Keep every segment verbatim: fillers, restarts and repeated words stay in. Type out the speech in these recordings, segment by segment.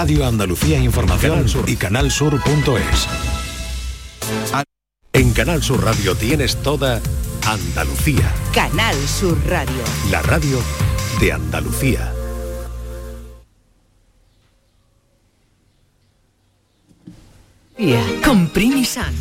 Radio Andalucía Información Canal Sur y canal sur punto es. En Canal Sur Radio tienes toda Andalucía. Canal Sur Radio. La radio de Andalucía. Con Primi San.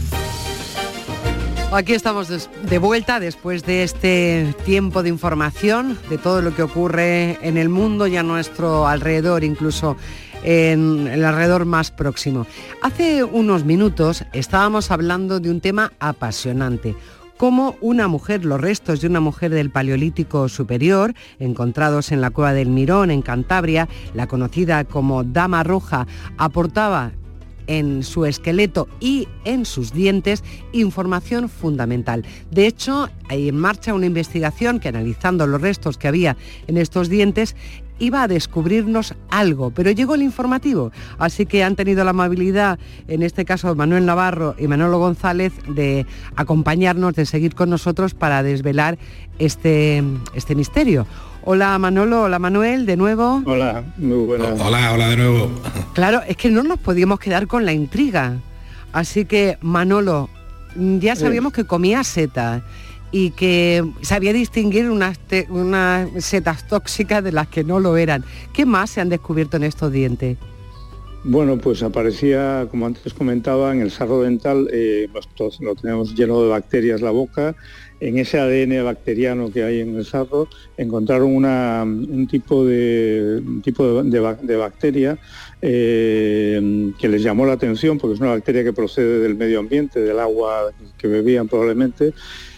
Aquí estamos de vuelta después de este tiempo de información, de todo lo que ocurre en el mundo y a nuestro alrededor, incluso en el alrededor más próximo. Hace unos minutos estábamos hablando de un tema apasionante. Cómo una mujer, los restos de una mujer del Paleolítico Superior, encontrados en la cueva del Mirón, en Cantabria, la conocida como Dama Roja, aportaba en su esqueleto y en sus dientes información fundamental. De hecho, hay en marcha una investigación que, analizando los restos que había en estos dientes, iba a descubrirnos algo, pero llegó el informativo, así que han tenido la amabilidad, en este caso Manuel Navarro y Manolo González, de acompañarnos, de seguir con nosotros para desvelar este, este misterio. Hola Manolo, hola Manuel, de nuevo. Hola, muy buenas. Hola, hola de nuevo. Claro, es que no nos podíamos quedar con la intriga, así que Manolo, ya sabíamos que comía setas y que sabía distinguir unas, te, unas setas tóxicas de las que no lo eran. ¿Qué más se han descubierto en estos dientes? Bueno, pues aparecía, como antes comentaba, en el sarro dental, eh, nosotros lo tenemos lleno de bacterias la boca. En ese A D N bacteriano que hay en el sarro encontraron una, un tipo de, un tipo de, de, de bacteria eh, que les llamó la atención, porque es una bacteria que procede del medio ambiente, del agua que bebían probablemente.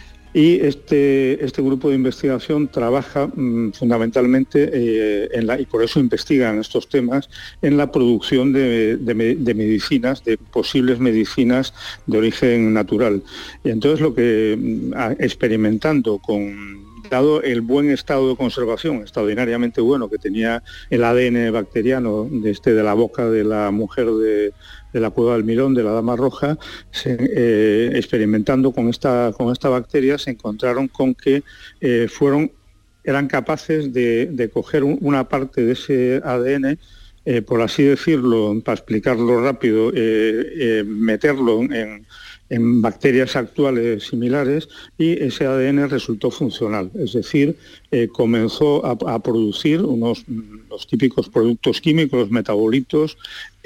Y este, este grupo de investigación trabaja mmm, fundamentalmente, eh, en la, y por eso investigan estos temas, en la producción de, de, de medicinas, de posibles medicinas de origen natural. Y entonces lo que, experimentando con... dado el buen estado de conservación, extraordinariamente bueno, que tenía el A D N bacteriano de, este, de la boca de la mujer de, de la cueva del Mirón, de la Dama Roja, se, eh, experimentando con esta, con esta bacteria, se encontraron con que eh, fueron, eran capaces de, de coger un, una parte de ese A D N, eh, por así decirlo, para explicarlo rápido, eh, eh, meterlo en... en bacterias actuales similares, y ese A D N resultó funcional, es decir, eh, comenzó a, a producir unos los típicos productos químicos, los metabolitos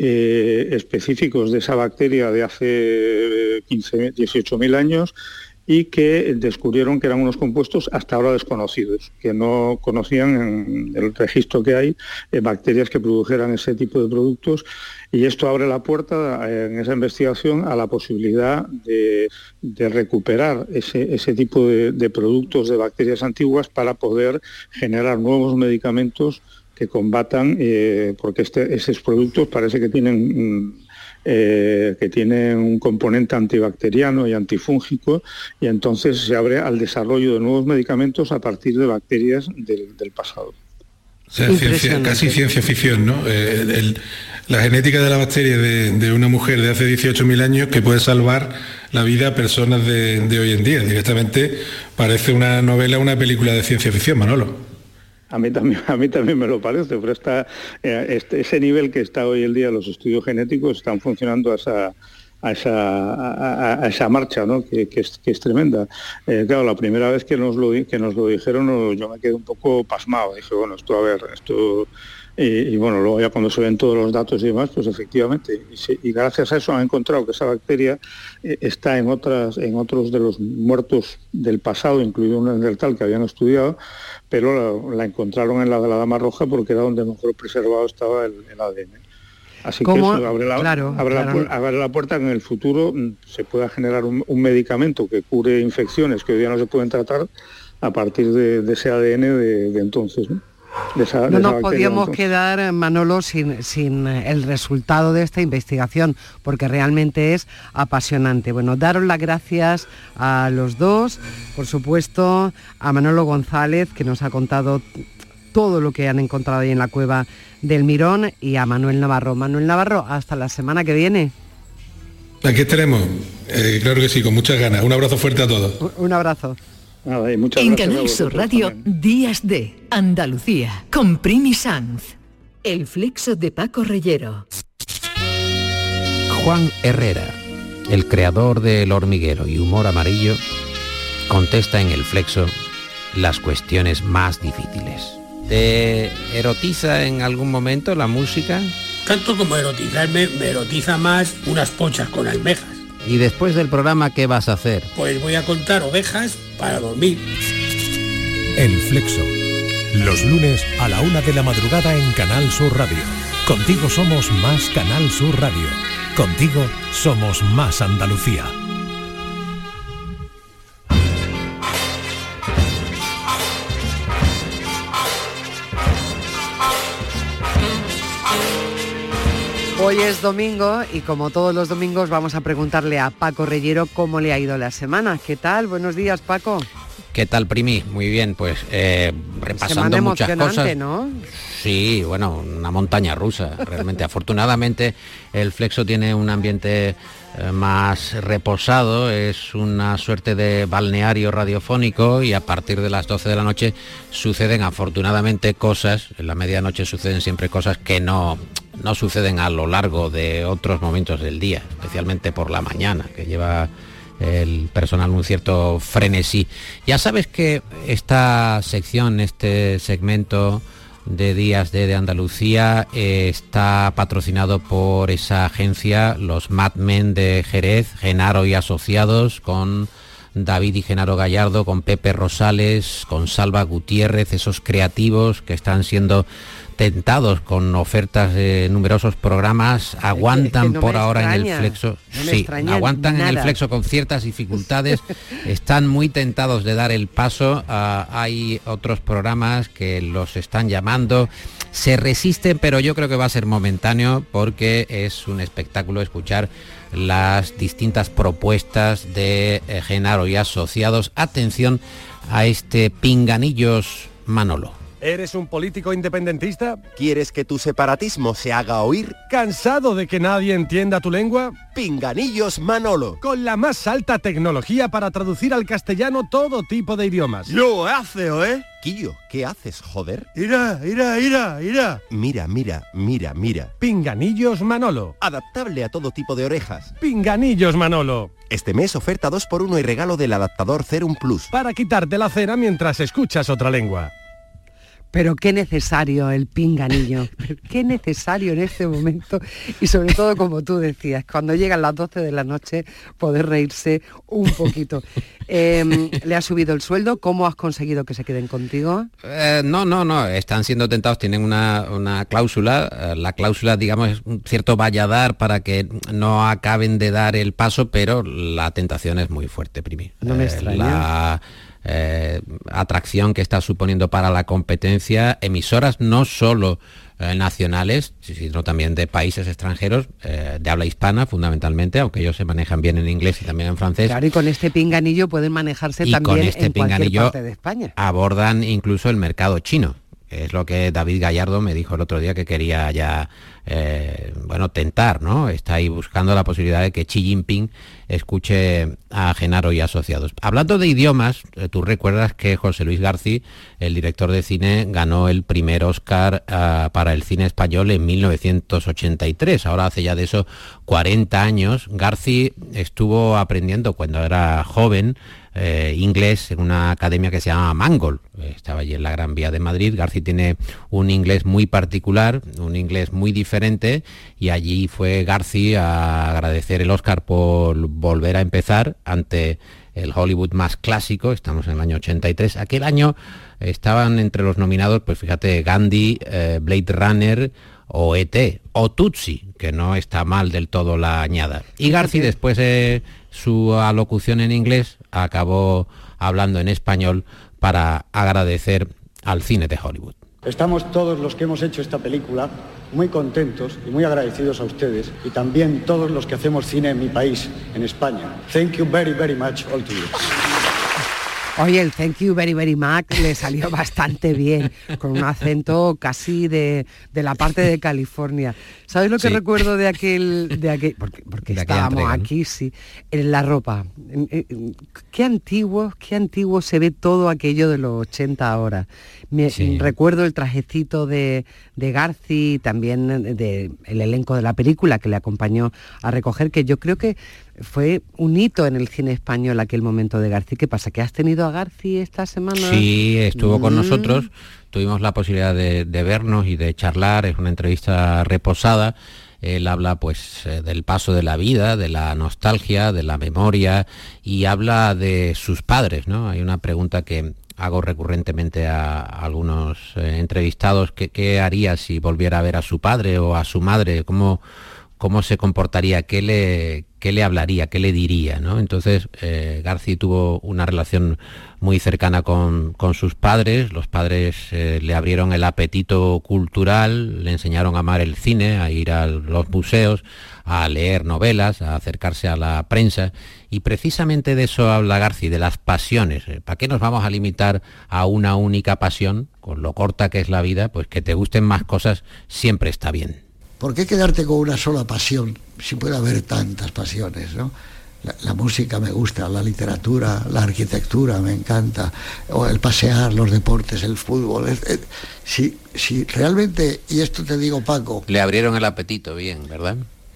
eh, específicos de esa bacteria de hace quince, dieciocho mil años, y que descubrieron que eran unos compuestos hasta ahora desconocidos, que no conocían en el registro que hay eh, bacterias que produjeran ese tipo de productos, y esto abre la puerta eh, en esa investigación a la posibilidad de, de recuperar ese, ese tipo de, de productos de bacterias antiguas para poder generar nuevos medicamentos que combatan, eh, porque este, esos productos parece que tienen... Mm, Eh, que tienen un componente antibacteriano y antifúngico, y entonces se abre al desarrollo de nuevos medicamentos a partir de bacterias del, del pasado. O sea, ciencia, casi ciencia ficción, ¿no? Eh, el, la genética de la bacteria de, de una mujer de hace dieciocho mil años que puede salvar la vida a personas de, de hoy en día. Directamente parece una novela, una película de ciencia ficción, Manolo. A mí también, a mí también me lo parece, pero está, eh, este, ese nivel que está hoy en día los estudios genéticos están funcionando a esa, a esa, a, a esa marcha, ¿no? que, que, es, que es tremenda. Eh, claro, la primera vez que nos lo, que nos lo dijeron, yo me quedé un poco pasmado. Dije, bueno, esto, a ver, esto... Y, y bueno, luego ya cuando se ven todos los datos y demás, pues efectivamente, y, se, y gracias a eso han encontrado que esa bacteria eh, está en otras, en otros de los muertos del pasado, incluido un neandertal que habían estudiado, pero la, la encontraron en la de la Dama Roja porque era donde mejor preservado estaba el, el A D N. Así que eso abre la, claro, abre, claro. La, abre la puerta que en el futuro se pueda generar un, un medicamento que cure infecciones que hoy día no se pueden tratar a partir de, de ese A D N de, de entonces, ¿no? De esa, no nos podíamos quedar, Manolo, sin, sin el resultado de esta investigación, porque realmente es apasionante. Bueno, daros las gracias a los dos, por supuesto, a Manolo González, que nos ha contado todo lo que han encontrado ahí en la cueva del Mirón, y a Manuel Navarro. Manuel Navarro, hasta la semana que viene. Aquí estaremos, eh, claro que sí, con muchas ganas. Un abrazo fuerte a todos. Un, un abrazo. Nada, muchas en gracias Canal Sur Radio, también. Días de Andalucía, con Primi Sanz. El Flexo de Paco Reyero. Juan Herrera, el creador del Hormiguero y Humor Amarillo, contesta en El Flexo las cuestiones más difíciles. ¿Te erotiza en algún momento la música? Tanto como erotizarme, me erotiza más unas pochas con almejas. ¿Y después del programa qué vas a hacer? Pues voy a contar ovejas para dormir. El Flexo. Los lunes a la una de la madrugada en Canal Sur Radio. Contigo somos más Canal Sur Radio. Contigo somos más Andalucía. Hoy es domingo y como todos los domingos vamos a preguntarle a Paco Reyero cómo le ha ido la semana. ¿Qué tal? Buenos días, Paco. ¿Qué tal, Primi? Muy bien, pues eh, repasando semana muchas cosas. ¿No? Sí, bueno, una montaña rusa, realmente. Afortunadamente el Flexo tiene un ambiente eh, más reposado, es una suerte de balneario radiofónico y a partir de las doce de la noche suceden afortunadamente cosas, en la medianoche suceden siempre cosas que no, no suceden a lo largo de otros momentos del día, especialmente por la mañana, que lleva el personal un cierto frenesí. Ya sabes que esta sección, este segmento de Días de, de Andalucía eh, está patrocinado por esa agencia, los Mad Men de Jerez, Genaro y Asociados, con David y Genaro Gallardo, con Pepe Rosales, con Salva Gutiérrez, esos creativos que están siendo tentados con ofertas de numerosos programas, aguantan que, que no por ahora extraña, en el Flexo, no sí, aguantan nada. En el Flexo con ciertas dificultades, están muy tentados de dar el paso, uh, hay otros programas que los están llamando, se resisten, pero yo creo que va a ser momentáneo porque es un espectáculo escuchar las distintas propuestas de eh, Genaro y Asociados. Atención a este Pinganillos Manolo. ¿Eres un político independentista? ¿Quieres que tu separatismo se haga oír? ¿Cansado de que nadie entienda tu lengua? Pinganillos Manolo. Con la más alta tecnología para traducir al castellano todo tipo de idiomas. ¡Lo hace, eh! Quillo, ¿qué haces, joder? Ira, ira, ira, ira. Mira, mira, mira, mira. Pinganillos Manolo. Adaptable a todo tipo de orejas. Pinganillos Manolo. Este mes oferta dos por uno y regalo del adaptador Cerum Plus. Para quitarte la cera mientras escuchas otra lengua. Pero qué necesario el pinganillo, qué necesario en este momento y sobre todo, como tú decías, cuando llegan las doce de la noche, poder reírse un poquito. Eh, ¿Le has subido el sueldo? ¿Cómo has conseguido que se queden contigo? Eh, no, no, no, están siendo tentados, tienen una, una cláusula, la cláusula, digamos, es un cierto valladar para que no acaben de dar el paso, pero la tentación es muy fuerte, Primi. No me extraña. Eh, la, Eh, atracción que está suponiendo para la competencia, emisoras no solo eh, nacionales, sino también de países extranjeros, eh, de habla hispana fundamentalmente, aunque ellos se manejan bien en inglés y también en francés. Claro, y con este pinganillo pueden manejarse y también con este en cualquier pinganillo parte de España. Abordan incluso el mercado chino. Es lo que David Gallardo me dijo el otro día que quería ya, eh, bueno, tentar, ¿no? Está ahí buscando la posibilidad de que Xi Jinping escuche a Genaro y Asociados. Hablando de idiomas, eh, tú recuerdas que José Luis García, el director de cine, ganó el primer Oscar uh, para el cine español en mil novecientos ochenta y tres. Ahora hace ya de eso cuarenta años. García estuvo aprendiendo cuando era joven Eh, inglés en una academia que se llama Mangol, estaba allí en la Gran Vía de Madrid. García tiene un inglés muy particular, un inglés muy diferente, y allí fue García a agradecer el Oscar por volver a empezar ante el Hollywood más clásico. Estamos en el año ochenta y tres. Aquel año estaban entre los nominados, pues fíjate, Gandhi, eh, Blade Runner o E T o Tutsi, que no está mal del todo la añada. Y García, después de su alocución en inglés, acabó hablando en español para agradecer al cine de Hollywood. Estamos todos los que hemos hecho esta película muy contentos y muy agradecidos a ustedes, y también todos los que hacemos cine en mi país, en España. Thank you very, very much all to you. Oye, el thank you very very much le salió bastante bien, con un acento casi de, de la parte de California. ¿Sabes lo que sí. recuerdo de aquel, de aquel, porque, porque de estábamos entrega, ¿no? aquí, sí, en la ropa? Qué antiguo, qué antiguo se ve todo aquello de los ochenta ahora. Me, sí. Recuerdo el trajecito de, de Garci, también de el elenco de la película que le acompañó a recoger, que yo creo que fue un hito en el cine español aquel momento de Garci. ¿Qué pasa? ¿Que has tenido a Garci esta semana? Sí, estuvo mm. con nosotros, tuvimos la posibilidad de, de vernos y de charlar, es una entrevista reposada. Él habla pues del paso de la vida, de la nostalgia, de la memoria, y habla de sus padres, ¿no? Hay una pregunta que hago recurrentemente a, a algunos eh, entrevistados, que, ¿qué haría si volviera a ver a su padre o a su madre? ¿Cómo, cómo se comportaría? ¿Qué le, qué le hablaría? ¿Qué le diría? ¿No? Entonces, eh, Garci tuvo una relación muy cercana con, con sus padres. Los padres eh, le abrieron el apetito cultural, le enseñaron a amar el cine, a ir a los museos, a leer novelas, a acercarse a la prensa, y precisamente de eso habla Garci, de las pasiones. ¿Para qué nos vamos a limitar a una única pasión? Con lo corta que es la vida, pues que te gusten más cosas siempre está bien. ¿Por qué quedarte con una sola pasión si puede haber tantas pasiones, ¿no? La, la música me gusta, la literatura, la arquitectura me encanta, o el pasear, los deportes, el fútbol. Es, es, si, si realmente, y esto te digo, Paco... Le abrieron el apetito bien, ¿verdad?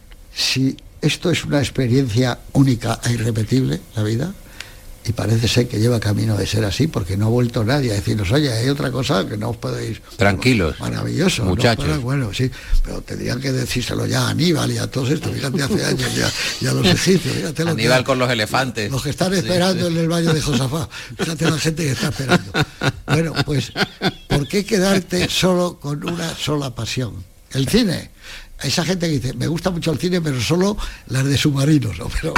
Si esto es una experiencia única e irrepetible, la vida, y parece ser que lleva camino de ser así, porque no ha vuelto nadie a decirnos, oye, hay otra cosa que no os podéis... Tranquilos. Maravilloso. Muchachos. ¿no? Bueno, sí, pero tendrían que decírselo ya a Aníbal y a todos estos, fíjate, hace años ya, y a los egipcios. Fíjate lo Aníbal que, con los elefantes. Los que están esperando sí, sí. en el valle de Josafat. Fíjate la gente que está esperando. Bueno, pues, ¿por qué quedarte solo con una sola pasión? El cine. Esa gente que dice, me gusta mucho el cine, pero solo las de submarinos, ¿no? Pero,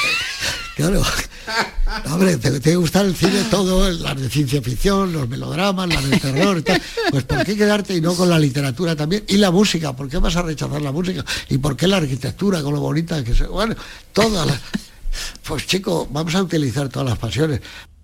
claro, no, hombre, te tiene que gustar el cine todo, las de ciencia ficción, los melodramas, las de terror y tal. Pues ¿por qué quedarte y no con la literatura también? Y la música, ¿por qué vas a rechazar la música? ¿Y por qué la arquitectura, con lo bonita que se... Bueno, todas las... Pues chicos, vamos a utilizar todas las pasiones.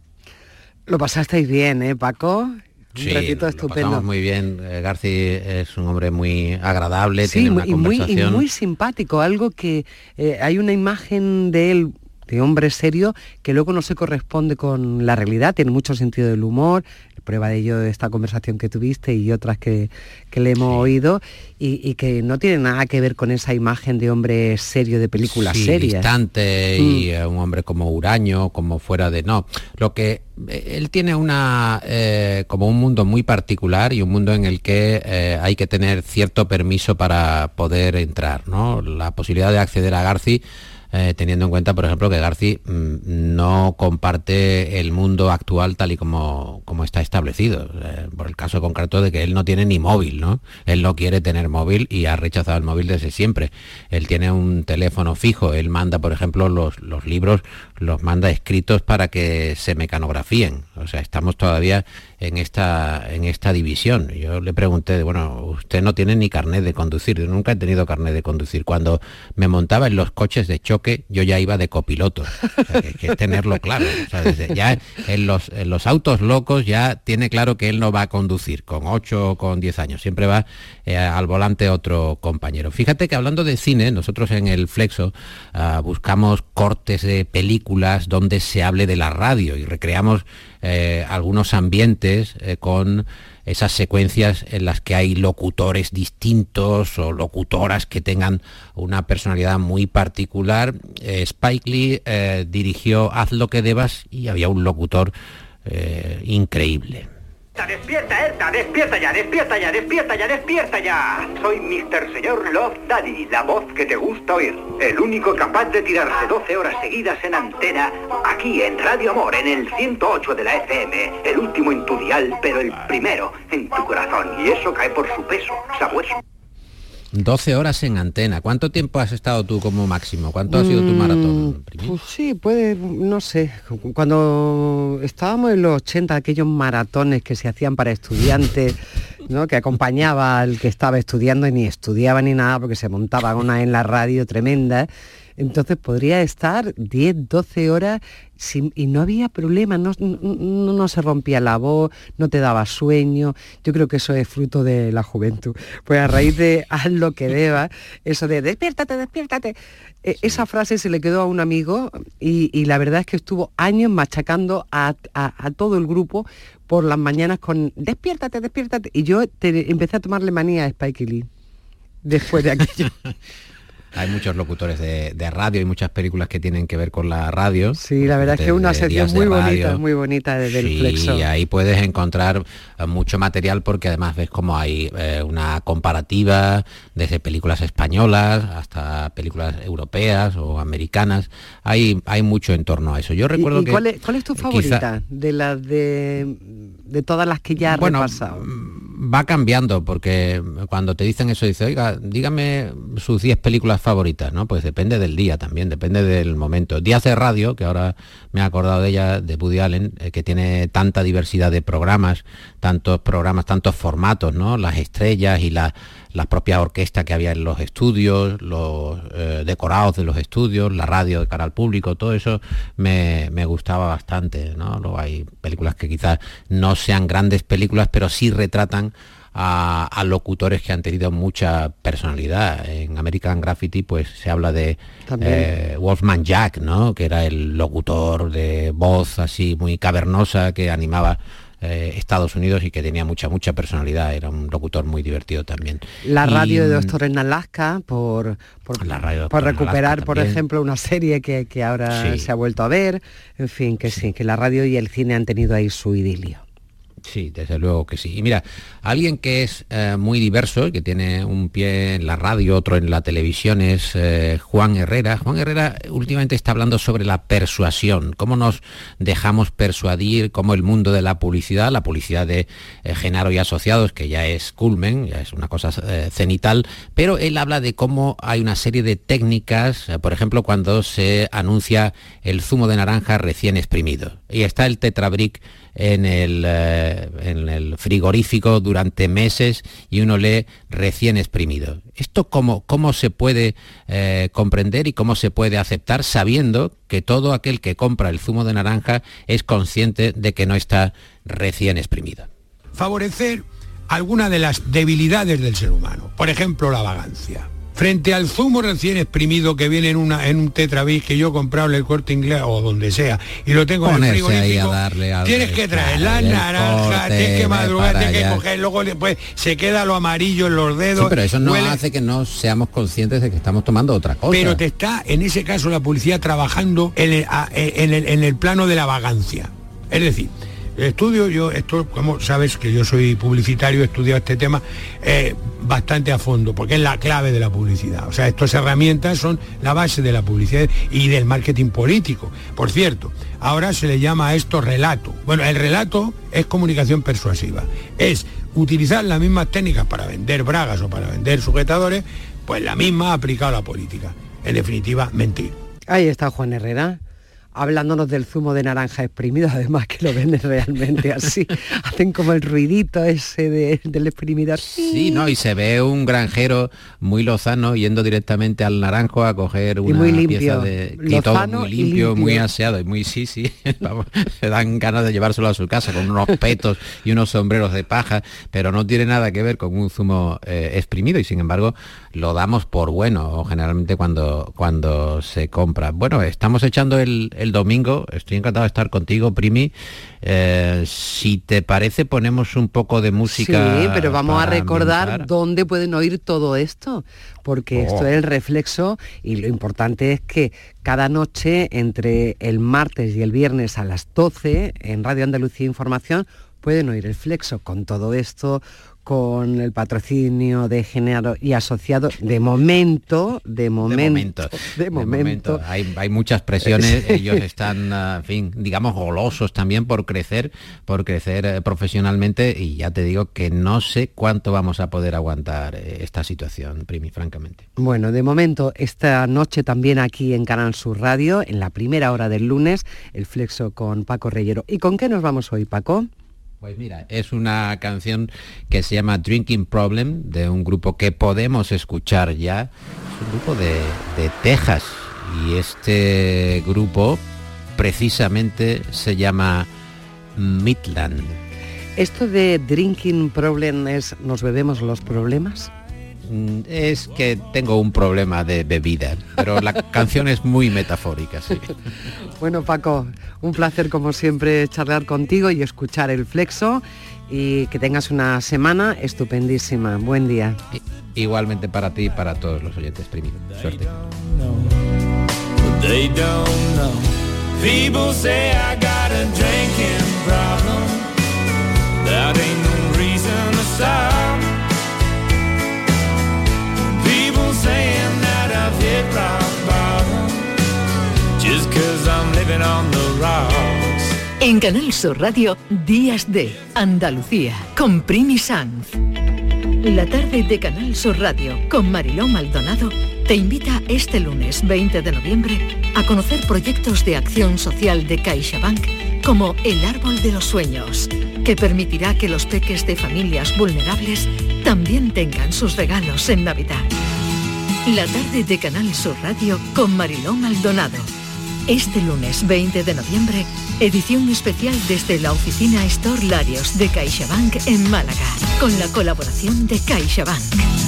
Lo pasasteis bien, ¿eh, Paco? Sí, un ratito estupendo. Lo muy bien. Eh, Garci es un hombre muy agradable, sí, tiene una y muy, conversación... y muy simpático, algo que eh, hay una imagen de él, de hombre serio, que luego no se corresponde con la realidad, tiene mucho sentido del humor, prueba de ello esta conversación que tuviste y otras que, que le hemos sí. oído, y, y que no tiene nada que ver con esa imagen de hombre serio de películas sí, serias. Distante, mm. y uh, un hombre como huraño, como fuera de... No, lo que... Él tiene una eh, como un mundo muy particular y un mundo en el que eh, hay que tener cierto permiso para poder entrar, ¿no? La posibilidad de acceder a Garci, eh, teniendo en cuenta, por ejemplo, que Garci mmm, no comparte el mundo actual tal y como, como está establecido, eh, por el caso concreto de que él no tiene ni móvil, ¿no? Él no quiere tener móvil y ha rechazado el móvil desde siempre. Él tiene un teléfono fijo, él manda, por ejemplo, los, los libros, los manda escritos para que se mecanografíen. O sea, estamos todavía en esta en esta división. Yo le pregunté, bueno, usted no tiene ni carnet de conducir. Yo nunca he tenido carnet de conducir. Cuando me montaba en los coches de choque, yo ya iba de copiloto. O sea, que, que tenerlo claro. O sea, desde ya en los, en los autos locos ya tiene claro que él no va a conducir con ocho o con diez años. Siempre va eh, al volante otro compañero. Fíjate que hablando de cine, nosotros en el Flexo uh, buscamos cortes de películas donde se hable de la radio y recreamos eh, algunos ambientes eh, con esas secuencias en las que hay locutores distintos o locutoras que tengan una personalidad muy particular. Eh, Spike Lee eh, dirigió Haz lo que debas y había un locutor eh, increíble. Despierta, Erta, despierta ya, despierta ya, despierta ya, despierta ya. Soy mister Señor Love Daddy, la voz que te gusta oír. El único capaz de tirarse doce horas seguidas en antena, aquí en Radio Amor, en el ciento ocho de la F M. El último en tu dial, pero el primero en tu corazón. Y eso cae por su peso, sabueso. doce horas en antena. ¿Cuánto tiempo has estado tú como máximo? ¿Cuánto ha sido tu maratón? Pues sí, puede, no sé. Cuando estábamos en los ochenta, aquellos maratones que se hacían para estudiantes, ¿no? Que acompañaba al que estaba estudiando y ni estudiaba ni nada porque se montaba una en la radio tremenda. Entonces podría estar diez, doce horas sin, y no había problema, no, no, no se rompía la voz, no te daba sueño. Yo creo que eso es fruto de la juventud. Pues a raíz de haz lo que debas, eso de despiértate, despiértate, eh, esa frase se le quedó a un amigo y, y la verdad es que estuvo años machacando a, a, a todo el grupo por las mañanas con despiértate, despiértate. Y yo te, empecé a tomarle manía a Spike Lee después de aquello. Hay muchos locutores de, de radio y muchas películas que tienen que ver con la radio. Sí, la verdad es que es una sección muy bonita, muy bonita desde el Flexo. Y ahí puedes encontrar uh, mucho material porque además ves como hay eh, una comparativa desde películas españolas hasta películas europeas o americanas. Hay, hay mucho en torno a eso. Yo recuerdo ¿Y, y que... ¿cuál es, cuál es tu favorita quizá, de las de, de todas las que ya has bueno, repasado? Va cambiando porque cuando te dicen eso, dice, oiga, dígame sus diez películas favoritas, ¿no? Pues depende del día también, depende del momento. Días de radio, que ahora me he acordado de ella, de Woody Allen, eh, que tiene tanta diversidad de programas, tantos programas, tantos formatos, ¿no? Las estrellas y la, las propias orquestas que había en los estudios, los eh, decorados de los estudios, la radio de cara al público, todo eso me, me gustaba bastante, ¿no? Luego hay películas que quizás no sean grandes películas, pero sí retratan A, a locutores que han tenido mucha personalidad. En American Graffiti pues se habla de eh, Wolfman Jack, ¿no? Que era el locutor de voz así muy cavernosa que animaba eh, Estados Unidos y que tenía mucha mucha personalidad. Era un locutor muy divertido también. La y, radio de Doctor en Alaska por, por, la radio por recuperar, por también. ejemplo, una serie que, que ahora sí. se ha vuelto a ver. En fin, que sí. sí, que la radio y el cine han tenido ahí su idilio. Sí, desde luego que sí. Y mira, alguien que es eh, muy diverso, que tiene un pie en la radio, otro en la televisión, es eh, Juan Herrera. Juan Herrera últimamente está hablando sobre la persuasión, cómo nos dejamos persuadir, cómo el mundo de la publicidad, la publicidad de eh, Genaro y Asociados, que ya es culmen, ya es una cosa eh, cenital, pero él habla de cómo hay una serie de técnicas, eh, por ejemplo, cuando se anuncia el zumo de naranja recién exprimido. Y está el Tetrabric en el, eh, en el frigorífico durante meses y uno lee recién exprimido. ¿Esto cómo, cómo se puede eh, comprender y cómo se puede aceptar sabiendo que todo aquel que compra el zumo de naranja es consciente de que no está recién exprimido? Favorecer alguna de las debilidades del ser humano, por ejemplo la vagancia. Frente al zumo recién exprimido que viene en, una, en un Tetrabric que yo he comprado en el Corte Inglés o donde sea y lo tengo Ponerse en el frigorífico, a darle al tienes que traer las naranjas, tienes que madrugar, tienes que coger, luego después se queda lo amarillo en los dedos. Sí, pero eso no huele... hace que no seamos conscientes de que estamos tomando otra cosa. Pero te está, en ese caso, la publicidad trabajando en el, en el, en el plano de la vagancia. Es decir, estudio yo, esto, como sabes que yo soy publicitario, he estudiado este tema eh, bastante a fondo, porque es la clave de la publicidad. O sea, estas herramientas son la base de la publicidad y del marketing político. Por cierto, ahora se le llama a esto relato. Bueno, el relato es comunicación persuasiva. Es utilizar las mismas técnicas para vender bragas o para vender sujetadores, pues la misma aplicada a la política. En definitiva, mentir. Ahí está Juan Herrera, hablándonos del zumo de naranja exprimido, además que lo venden realmente así. Hacen como el ruidito ese de, del exprimidor. Sí, ¿no? Y se ve un granjero muy lozano yendo directamente al naranjo a coger una muy limpio. pieza de... Y todo muy limpio, limpio, muy aseado y muy sí, sí. Vamos, se dan ganas de llevárselo a su casa con unos petos y unos sombreros de paja, pero no tiene nada que ver con un zumo eh, exprimido y sin embargo lo damos por bueno, o generalmente cuando, cuando se compra. Bueno, estamos echando el, el domingo, estoy encantado de estar contigo, Primi. Eh, si te parece, ponemos un poco de música. Sí, pero vamos a recordar ambientar. Dónde pueden oír todo esto, porque oh. esto es el Reflexo y lo importante es que cada noche, entre el martes y el viernes a las doce, en Radio Andalucía Información, pueden oír el Flexo con todo esto, con el patrocinio de Genaro y Asociados, de momento, de momento, de momento, de momento. De momento. Hay, hay muchas presiones, ellos están, en fin, digamos, golosos también por crecer, por crecer eh, profesionalmente y ya te digo que no sé cuánto vamos a poder aguantar eh, esta situación, Primi, francamente. Bueno, de momento, esta noche también aquí en Canal Sur Radio, en la primera hora del lunes, el Flexo con Paco Reyero. ¿Y con qué nos vamos hoy, Paco? Pues mira, es una canción que se llama Drinking Problem, de un grupo que podemos escuchar ya. Es un grupo de, de Texas, y este grupo precisamente se llama Midland. ¿Esto de Drinking Problem es nos bebemos los problemas? Es que tengo un problema de bebida, pero la canción es muy metafórica, sí. Bueno, Paco, un placer como siempre charlar contigo y escuchar el Flexo, y que tengas una semana estupendísima. Buen día. Igualmente para ti y para todos los oyentes, Primi. Suerte. Saying that I've hit rock bottom, just 'cause I'm living on the rocks. En Canal Sur Radio, Días de Andalucía, con Primi Sanz. La tarde de Canal Sur Radio, con Mariló Maldonado, te invita este lunes veinte de noviembre a conocer proyectos de acción social de CaixaBank, como El Árbol de los Sueños, que permitirá que los peques de familias vulnerables también tengan sus regalos en Navidad. La tarde de Canal Sur Radio con Mariló Maldonado. Este lunes veinte de noviembre, edición especial desde la oficina Store Larios de CaixaBank en Málaga, con la colaboración de CaixaBank.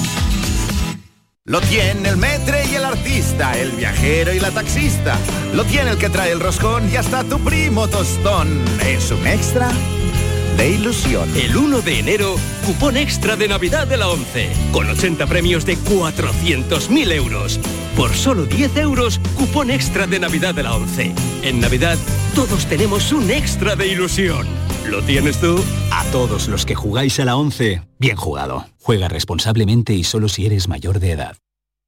Lo tiene el metre y el artista, el viajero y la taxista. Lo tiene el que trae el roscón y hasta tu primo tostón. Es un extra de ilusión. El uno de enero, cupón extra de Navidad de la ONCE, con ochenta premios de cuatrocientos mil euros. Por solo diez euros, cupón extra de Navidad de la ONCE. En Navidad, todos tenemos un extra de ilusión. ¿Lo tienes tú? A todos los que jugáis a la ONCE, bien jugado. Juega responsablemente y solo si eres mayor de edad.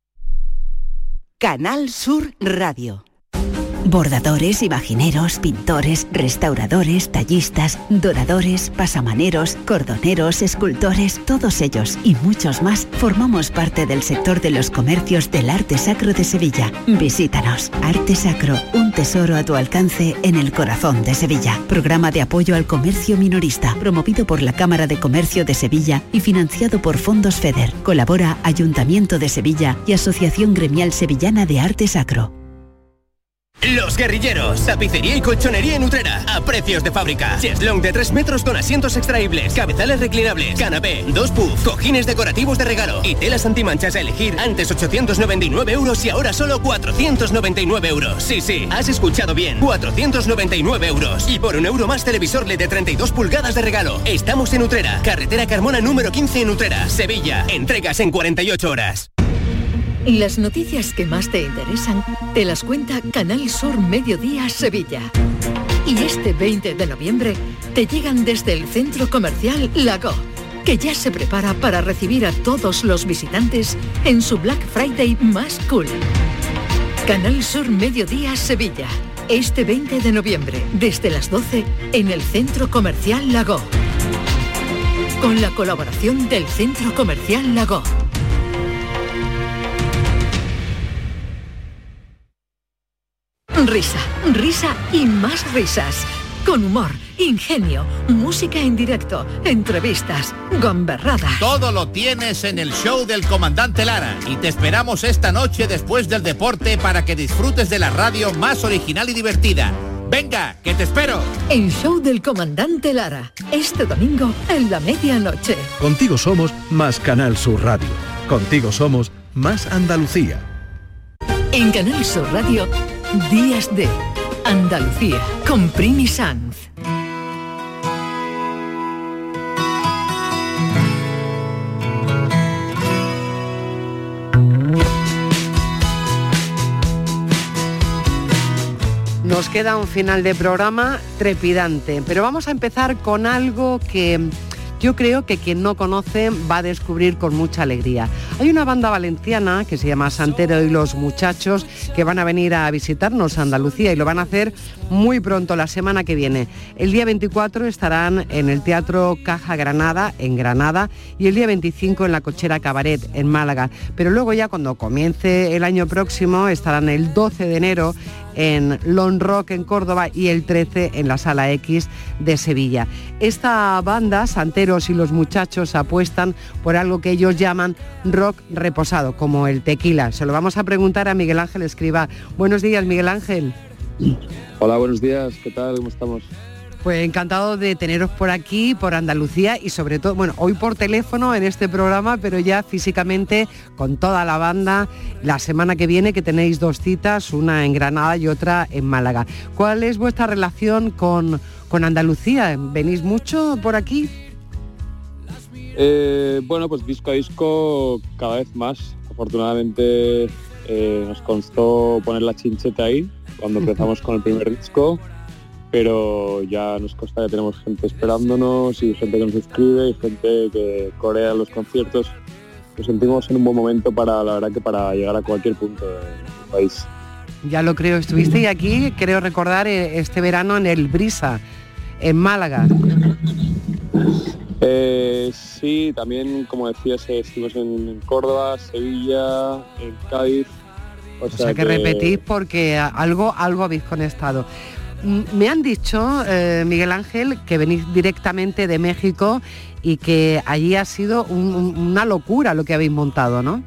Canal Sur Radio. Bordadores, imagineros, pintores, restauradores, tallistas, doradores, pasamaneros, cordoneros, escultores, todos ellos y muchos más formamos parte del sector de los comercios del Arte Sacro de Sevilla. Visítanos. Arte Sacro, un tesoro a tu alcance en el corazón de Sevilla. Programa de apoyo al comercio minorista, promovido por la Cámara de Comercio de Sevilla y financiado por Fondos FEDER. Colabora Ayuntamiento de Sevilla y Asociación Gremial Sevillana de Arte Sacro. Los Guerrilleros, tapicería y colchonería en Utrera, a precios de fábrica. Cheslong de tres metros con asientos extraíbles, cabezales reclinables, canapé, dos puff, cojines decorativos de regalo y telas antimanchas a elegir. Antes ochocientos noventa y nueve euros y ahora solo cuatrocientos noventa y nueve euros. Sí, sí, has escuchado bien, cuatrocientos noventa y nueve euros. Y por un euro más televisor L E D de treinta y dos pulgadas de regalo. Estamos en Utrera, carretera Carmona número quince en Utrera, Sevilla. Entregas en cuarenta y ocho horas. Las noticias que más te interesan te las cuenta Canal Sur Mediodía Sevilla. Y este veinte de noviembre te llegan desde el Centro Comercial Lago, que ya se prepara para recibir a todos los visitantes en su Black Friday más cool. Canal Sur Mediodía Sevilla, este veinte de noviembre, desde las doce, en el Centro Comercial Lago. Con la colaboración del Centro Comercial Lago. Risa, risa y más risas. Con humor, ingenio, música en directo, entrevistas, gamberradas. Todo lo tienes en el show del Comandante Lara y te esperamos esta noche después del deporte para que disfrutes de la radio más original y divertida. Venga, que te espero. El show del Comandante Lara, este domingo en la medianoche. Contigo somos más Canal Sur Radio. Contigo somos más Andalucía. En Canal Sur Radio, Días de Andalucía, con Primi Sanz. Nos queda un final de programa trepidante, pero vamos a empezar con algo que yo creo que quien no conoce va a descubrir con mucha alegría. Hay una banda valenciana que se llama Santero y los Muchachos que van a venir a visitarnos a Andalucía y lo van a hacer muy pronto, la semana que viene. El día veinticuatro estarán en el Teatro Caja Granada, en Granada, y el día veinticinco en la Cochera Cabaret, en Málaga. Pero luego ya cuando comience el año próximo estarán el doce de enero en Lon Rock en Córdoba y el trece en la Sala X de Sevilla. Esta banda, Santeros y los Muchachos, apuestan por algo que ellos llaman rock reposado, como el tequila. Se lo vamos a preguntar a Miguel Ángel Escrivá. Buenos días, Miguel Ángel. Hola, buenos días. ¿Qué tal? ¿Cómo estamos? Pues encantado de teneros por aquí, por Andalucía y sobre todo, bueno, hoy por teléfono en este programa, pero ya físicamente con toda la banda, la semana que viene que tenéis dos citas, una en Granada y otra en Málaga. ¿Cuál es vuestra relación con, con Andalucía? ¿Venís mucho por aquí? Eh, bueno, pues disco a disco cada vez más. Afortunadamente eh, nos costó poner la chincheta ahí cuando empezamos con el primer disco, pero ya nos consta que tenemos gente esperándonos y gente que nos escribe y gente que corea los conciertos. Nos sentimos en un buen momento para, la verdad, que para llegar a cualquier punto del país. Ya lo creo, estuvisteis aquí, creo recordar, este verano en el Brisa, en Málaga. Eh, sí, también, como decías, estuvimos en Córdoba, Sevilla, en Cádiz. O, o sea, sea que, que repetís porque algo, algo habéis conectado. Me han dicho, eh, Miguel Ángel, que venís directamente de México y que allí ha sido un, un, una locura lo que habéis montado, ¿no?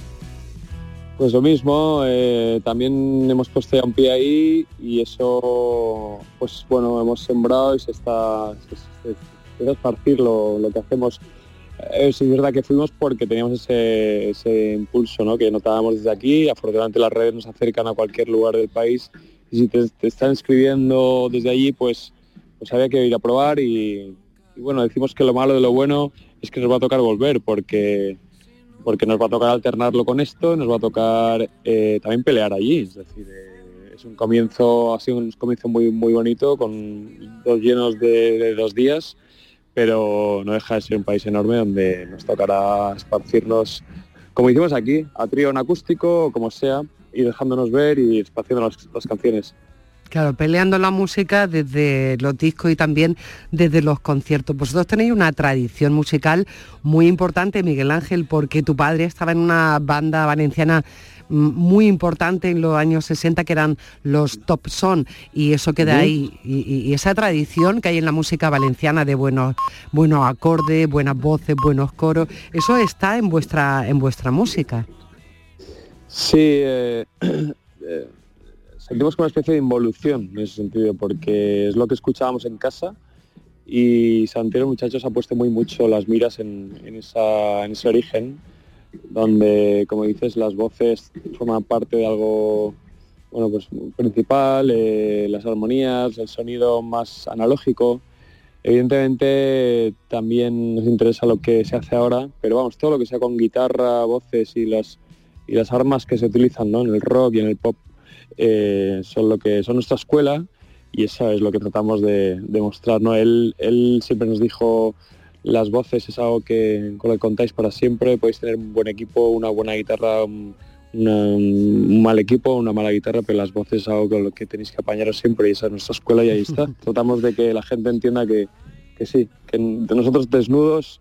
Pues lo mismo, eh, también hemos puesto ya un pie ahí y eso, pues bueno, hemos sembrado y se está, se, se, se va a esparcir lo, lo que hacemos. Es verdad que fuimos porque teníamos ese, ese impulso, ¿no?, que notábamos desde aquí. Afortunadamente las redes nos acercan a cualquier lugar del país. Y si te, te están escribiendo desde allí, pues, pues había que ir a probar y, y bueno, decimos que lo malo de lo bueno es que nos va a tocar volver porque, porque nos va a tocar alternarlo con esto, nos va a tocar eh, también pelear allí. Es decir, eh, es un comienzo, ha sido un comienzo muy, muy bonito, con dos llenos de, de dos días, pero no deja de ser un país enorme donde nos tocará esparcirnos, como hicimos aquí, a trío en acústico o como sea, y dejándonos ver y espaciando las, las canciones. Claro, peleando la música desde los discos y también desde los conciertos. Vosotros tenéis una tradición musical muy importante, Miguel Ángel, porque tu padre estaba en una banda valenciana muy importante en los años sesenta, que eran los Top Son, y eso queda ahí. Y, y esa tradición que hay en la música valenciana de buenos, buenos acordes, buenas voces, buenos coros, eso está en vuestra, en vuestra música. Sí, eh, eh, sentimos como una especie de involución en ese sentido, porque es lo que escuchábamos en casa y Santeros Muchachos ha puesto muy mucho las miras en, en, esa, en ese origen, donde, como dices, las voces forman parte de algo, bueno, pues principal, eh, las armonías, el sonido más analógico. Evidentemente también nos interesa lo que se hace ahora, pero vamos, todo lo que sea con guitarra, voces y las y las armas que se utilizan, ¿no?, en el rock y en el pop eh, son lo que son nuestra escuela y eso es lo que tratamos de, de mostrar, ¿no? Él, él siempre nos dijo, las voces es algo que con lo que contáis para siempre, podéis tener un buen equipo, una buena guitarra, un, una, un mal equipo, una mala guitarra, pero las voces es algo con lo que tenéis que apañaros siempre y esa es nuestra escuela y ahí está. Tratamos de que la gente entienda que, que sí, que de nosotros desnudos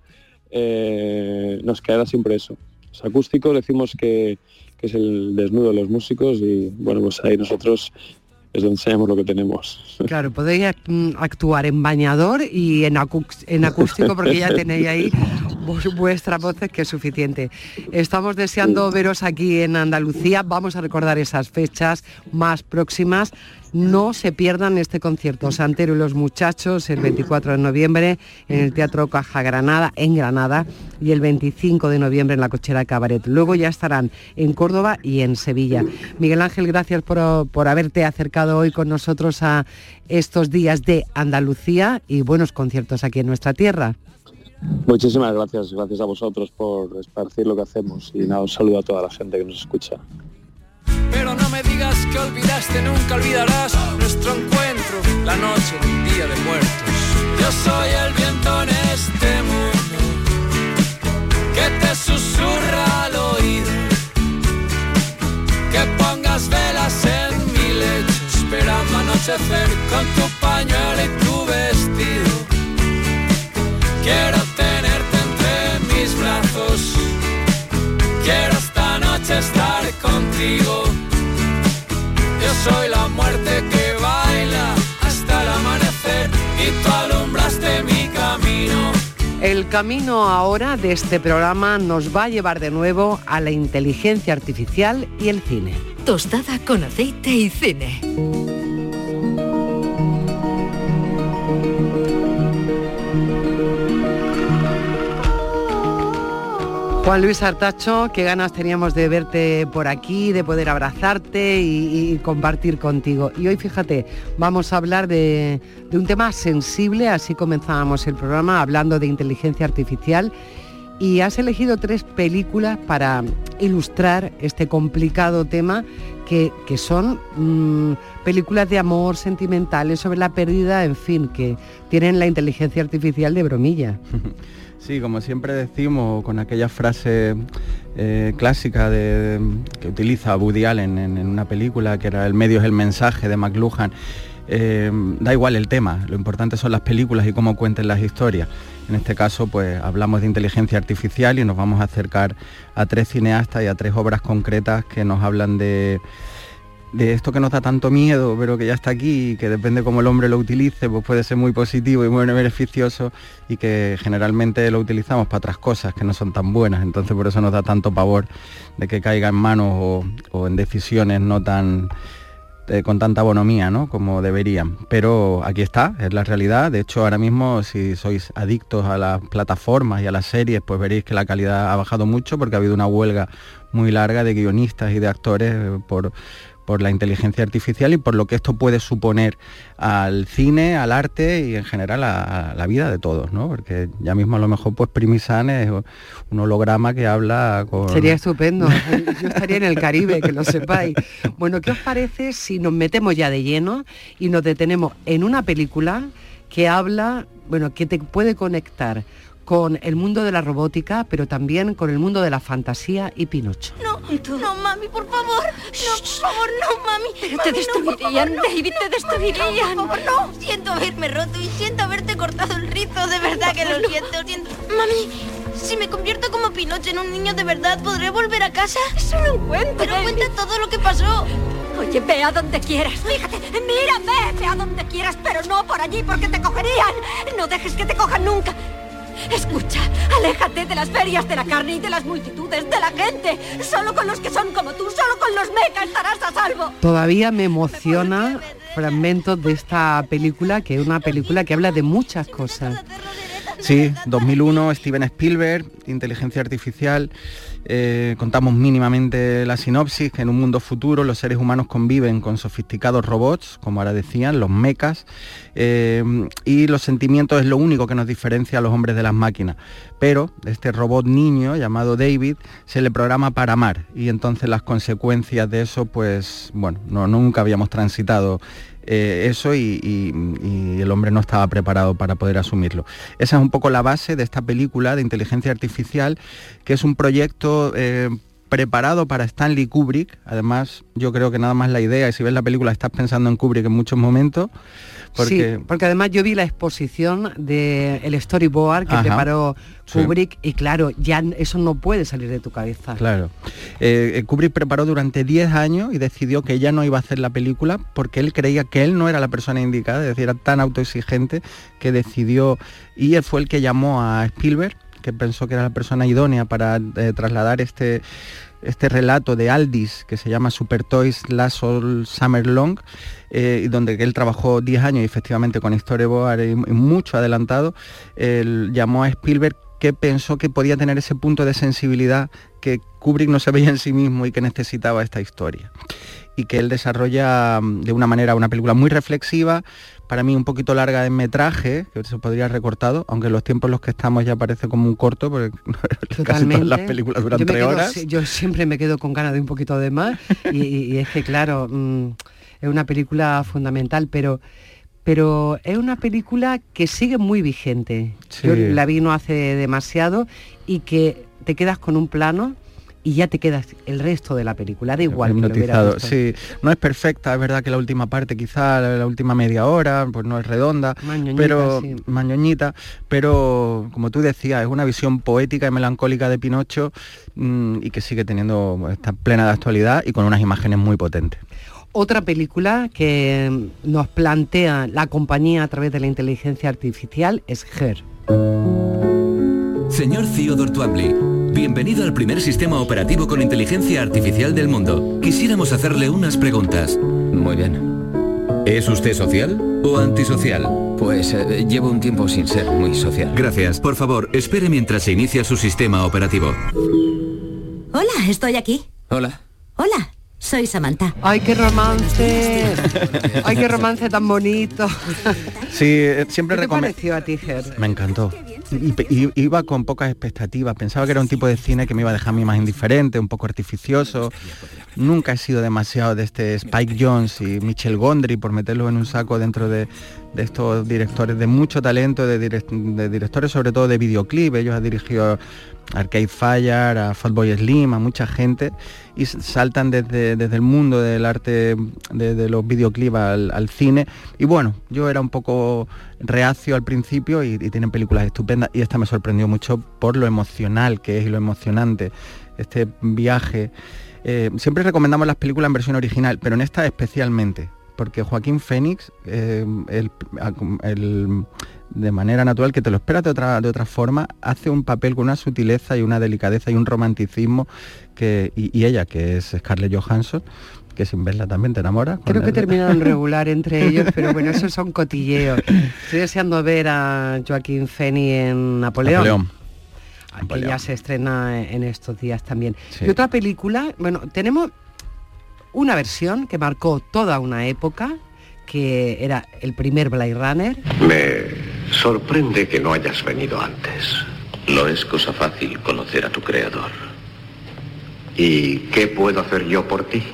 eh, nos quedará siempre eso. Los acústicos decimos que, que es el desnudo de los músicos y bueno, pues ahí nosotros es donde enseñamos lo que tenemos. Claro, podéis actuar en bañador y en, acu- en acústico porque ya tenéis ahí vuestras voces, que es suficiente. Estamos deseando veros aquí en Andalucía, vamos a recordar esas fechas más próximas. No se pierdan este concierto, Santero y los Muchachos, el veinticuatro de noviembre en el Teatro Caja Granada, en Granada, y el veinticinco de noviembre en la Cochera Cabaret. Luego ya estarán en Córdoba y en Sevilla. Miguel Ángel, gracias por, por haberte acercado hoy con nosotros a estos días de Andalucía y buenos conciertos aquí en nuestra tierra. Muchísimas gracias, gracias a vosotros por esparcir lo que hacemos y nada, un saludo a toda la gente que nos escucha. Pero no me digas que olvidaste, nunca olvidarás nuestro encuentro, la noche del Día de Muertos. Yo soy el viento en este mundo que te susurra al oído, que pongas velas en mi lecho, esperando anochecer con tu pañuelo y tu vestido. Quiero tenerte entre mis brazos, quiero esta noche estar contigo. Yo soy la muerte que baila hasta el amanecer y tú alumbraste mi camino. El camino ahora de este programa nos va a llevar de nuevo a la inteligencia artificial y el cine. Tostada con aceite y cine. Juan Luis Artacho, qué ganas teníamos de verte por aquí, de poder abrazarte y, y compartir contigo. Y hoy, fíjate, vamos a hablar de, de un tema sensible, así comenzábamos el programa, hablando de inteligencia artificial. Y has elegido tres películas para ilustrar este complicado tema, que, que son mmm, películas de amor, sentimentales, sobre la pérdida, en fin, que tienen la inteligencia artificial de bromilla. Sí, como siempre decimos, con aquella frase eh, clásica de, que utiliza Woody Allen en, en una película, que era "el medio es el mensaje", de McLuhan, eh, da igual el tema, lo importante son las películas y cómo cuenten las historias. En este caso, pues hablamos de inteligencia artificial y nos vamos a acercar a tres cineastas y a tres obras concretas que nos hablan de... de esto que nos da tanto miedo, pero que ya está aquí y que depende cómo el hombre lo utilice, pues puede ser muy positivo y muy beneficioso, y que generalmente lo utilizamos para otras cosas que no son tan buenas. Entonces por eso nos da tanto pavor de que caiga en manos o, o en decisiones no tan eh, con tanta bonomía, ¿no?, como deberían. Pero aquí está, es la realidad. De hecho, ahora mismo, si sois adictos a las plataformas y a las series, pues veréis que la calidad ha bajado mucho, porque ha habido una huelga muy larga de guionistas y de actores eh, por por la inteligencia artificial y por lo que esto puede suponer al cine, al arte y en general a, a la vida de todos, ¿no? Porque ya mismo a lo mejor pues Primi San es un holograma que habla con... Sería estupendo, yo estaría en el Caribe, que lo sepáis. Bueno, ¿qué os parece si nos metemos ya de lleno y nos detenemos en una película que habla, bueno, que te puede conectar con el mundo de la robótica, pero también con el mundo de la fantasía y Pinocho? No, no, mami, por favor. No, por favor, no, mami. Pero mami, te destruirían, no, David, te destruirían. No, por favor, no. Siento haberme roto y siento haberte cortado el rizo, de verdad que lo siento, siento. Mami, si me convierto como Pinocho en un niño de verdad, ¿podré volver a casa? Es solo un cuento. Pero cuenta todo lo que pasó. Oye, ve a donde quieras, fíjate, mira, ve, ve a donde quieras, pero no por allí porque te cogerían. No dejes que te cojan nunca. Escucha, aléjate de las ferias de la carne y de las multitudes de la gente. Solo con los que son como tú, solo con los meca estarás a salvo. Todavía me emociona fragmentos de esta película, que es una película que habla de muchas cosas. Sí, dos mil uno, Steven Spielberg, inteligencia artificial. Eh, contamos mínimamente la sinopsis, que en un mundo futuro los seres humanos conviven con sofisticados robots, como ahora decían, los mechas, eh, y los sentimientos es lo único que nos diferencia a los hombres de las máquinas. Pero este robot niño llamado David se le programa para amar, y entonces las consecuencias de eso, pues bueno, no, nunca habíamos transitado Eh, eso y, y, y el hombre no estaba preparado para poder asumirlo. Esa es un poco la base de esta película de inteligencia artificial, que es un proyecto eh, preparado para Stanley Kubrick. Además, yo creo que nada más la idea, y si ves la película estás pensando en Kubrick en muchos momentos. Porque... Sí, porque además yo vi la exposición del storyboard que Ajá, preparó Kubrick, sí. Y claro, ya eso no puede salir de tu cabeza. Claro. Eh, Kubrick preparó durante diez años y decidió que ya no iba a hacer la película porque él creía que él no era la persona indicada, es decir, era tan autoexigente que decidió, y él fue el que llamó a Spielberg, que pensó que era la persona idónea para eh, trasladar este... este relato de Aldis, que se llama Super Toys Last All Summer Long, eh, y donde él trabajó diez años y efectivamente con storyboard y, y mucho adelantado. Él llamó a Spielberg, que pensó que podía tener ese punto de sensibilidad que Kubrick no se veía en sí mismo y que necesitaba esta historia. Y que él desarrolla de una manera una película muy reflexiva, para mí un poquito larga en metraje, que se podría haber recortado, aunque en los tiempos en los que estamos ya parece como un corto, porque casi todas las películas duran tres quedo, horas. Yo siempre me quedo con ganas de un poquito de más, y, y es que claro, mmm, es una película fundamental, pero... pero es una película que sigue muy vigente. Sí. Yo la vi no hace demasiado, y que te quedas con un plano y ya te quedas el resto de la película, da igual que lo hubieras visto. Sí, no es perfecta, es verdad que la última parte, quizá la, la última media hora, pues no es redonda, mañoñita, pero sí. mañoñita, pero como tú decías, es una visión poética y melancólica de Pinocho, mmm, y que sigue teniendo, está plena de actualidad y con unas imágenes muy potentes. otra película que nos plantea la compañía a través de la inteligencia artificial es Her. Señor Theodore Twombly, bienvenido al primer sistema operativo con inteligencia artificial del mundo. Quisiéramos hacerle unas preguntas. Muy bien. ¿Es usted social o antisocial? Pues eh, llevo un tiempo sin ser muy social. Gracias. Por favor, espere mientras se inicia su sistema operativo. Hola, estoy aquí. Hola. Hola, soy Samantha. ¡Ay, qué romance! ¡Ay, qué romance tan bonito! Sí, siempre ¿Qué te recomiendo. pareció a ti, Her? Me encantó. Y, y, iba con pocas expectativas. Pensaba que era un tipo de cine que me iba a dejar a mí más indiferente, un poco artificioso. Nunca he sido demasiado de este Spike Jonze y Michel Gondry, por meterlos en un saco dentro de, de estos directores de mucho talento, de, direct, de directores sobre todo de videoclip. Ellos han dirigido a Arcade Fire, a Fatboy Slim, a mucha gente, y saltan desde, desde el mundo del arte de, de los videoclips al, al cine. Y bueno, yo era un poco reacio al principio y, y tienen películas estupendas, y esta me sorprendió mucho por lo emocional que es y lo emocionante este viaje. Eh, siempre recomendamos las películas en versión original, pero en esta especialmente, porque Joaquín Phoenix, eh, el, el, de manera natural, que te lo esperas de otra, de otra forma, hace un papel con una sutileza y una delicadeza y un romanticismo, que, y, y ella, que es Scarlett Johansson, que sin verla también te enamoras. Creo que terminaron regular entre ellos, pero bueno, esos son cotilleos. Estoy deseando ver a Joaquín Phoenix en Napoleón. Napoleón. Que ya se estrena en estos días también. Sí. Y otra película, bueno, tenemos una versión que marcó toda una época, que era el primer Blade Runner. Me sorprende que no hayas venido antes. No es cosa fácil conocer a tu creador. ¿Y qué puedo hacer yo por ti?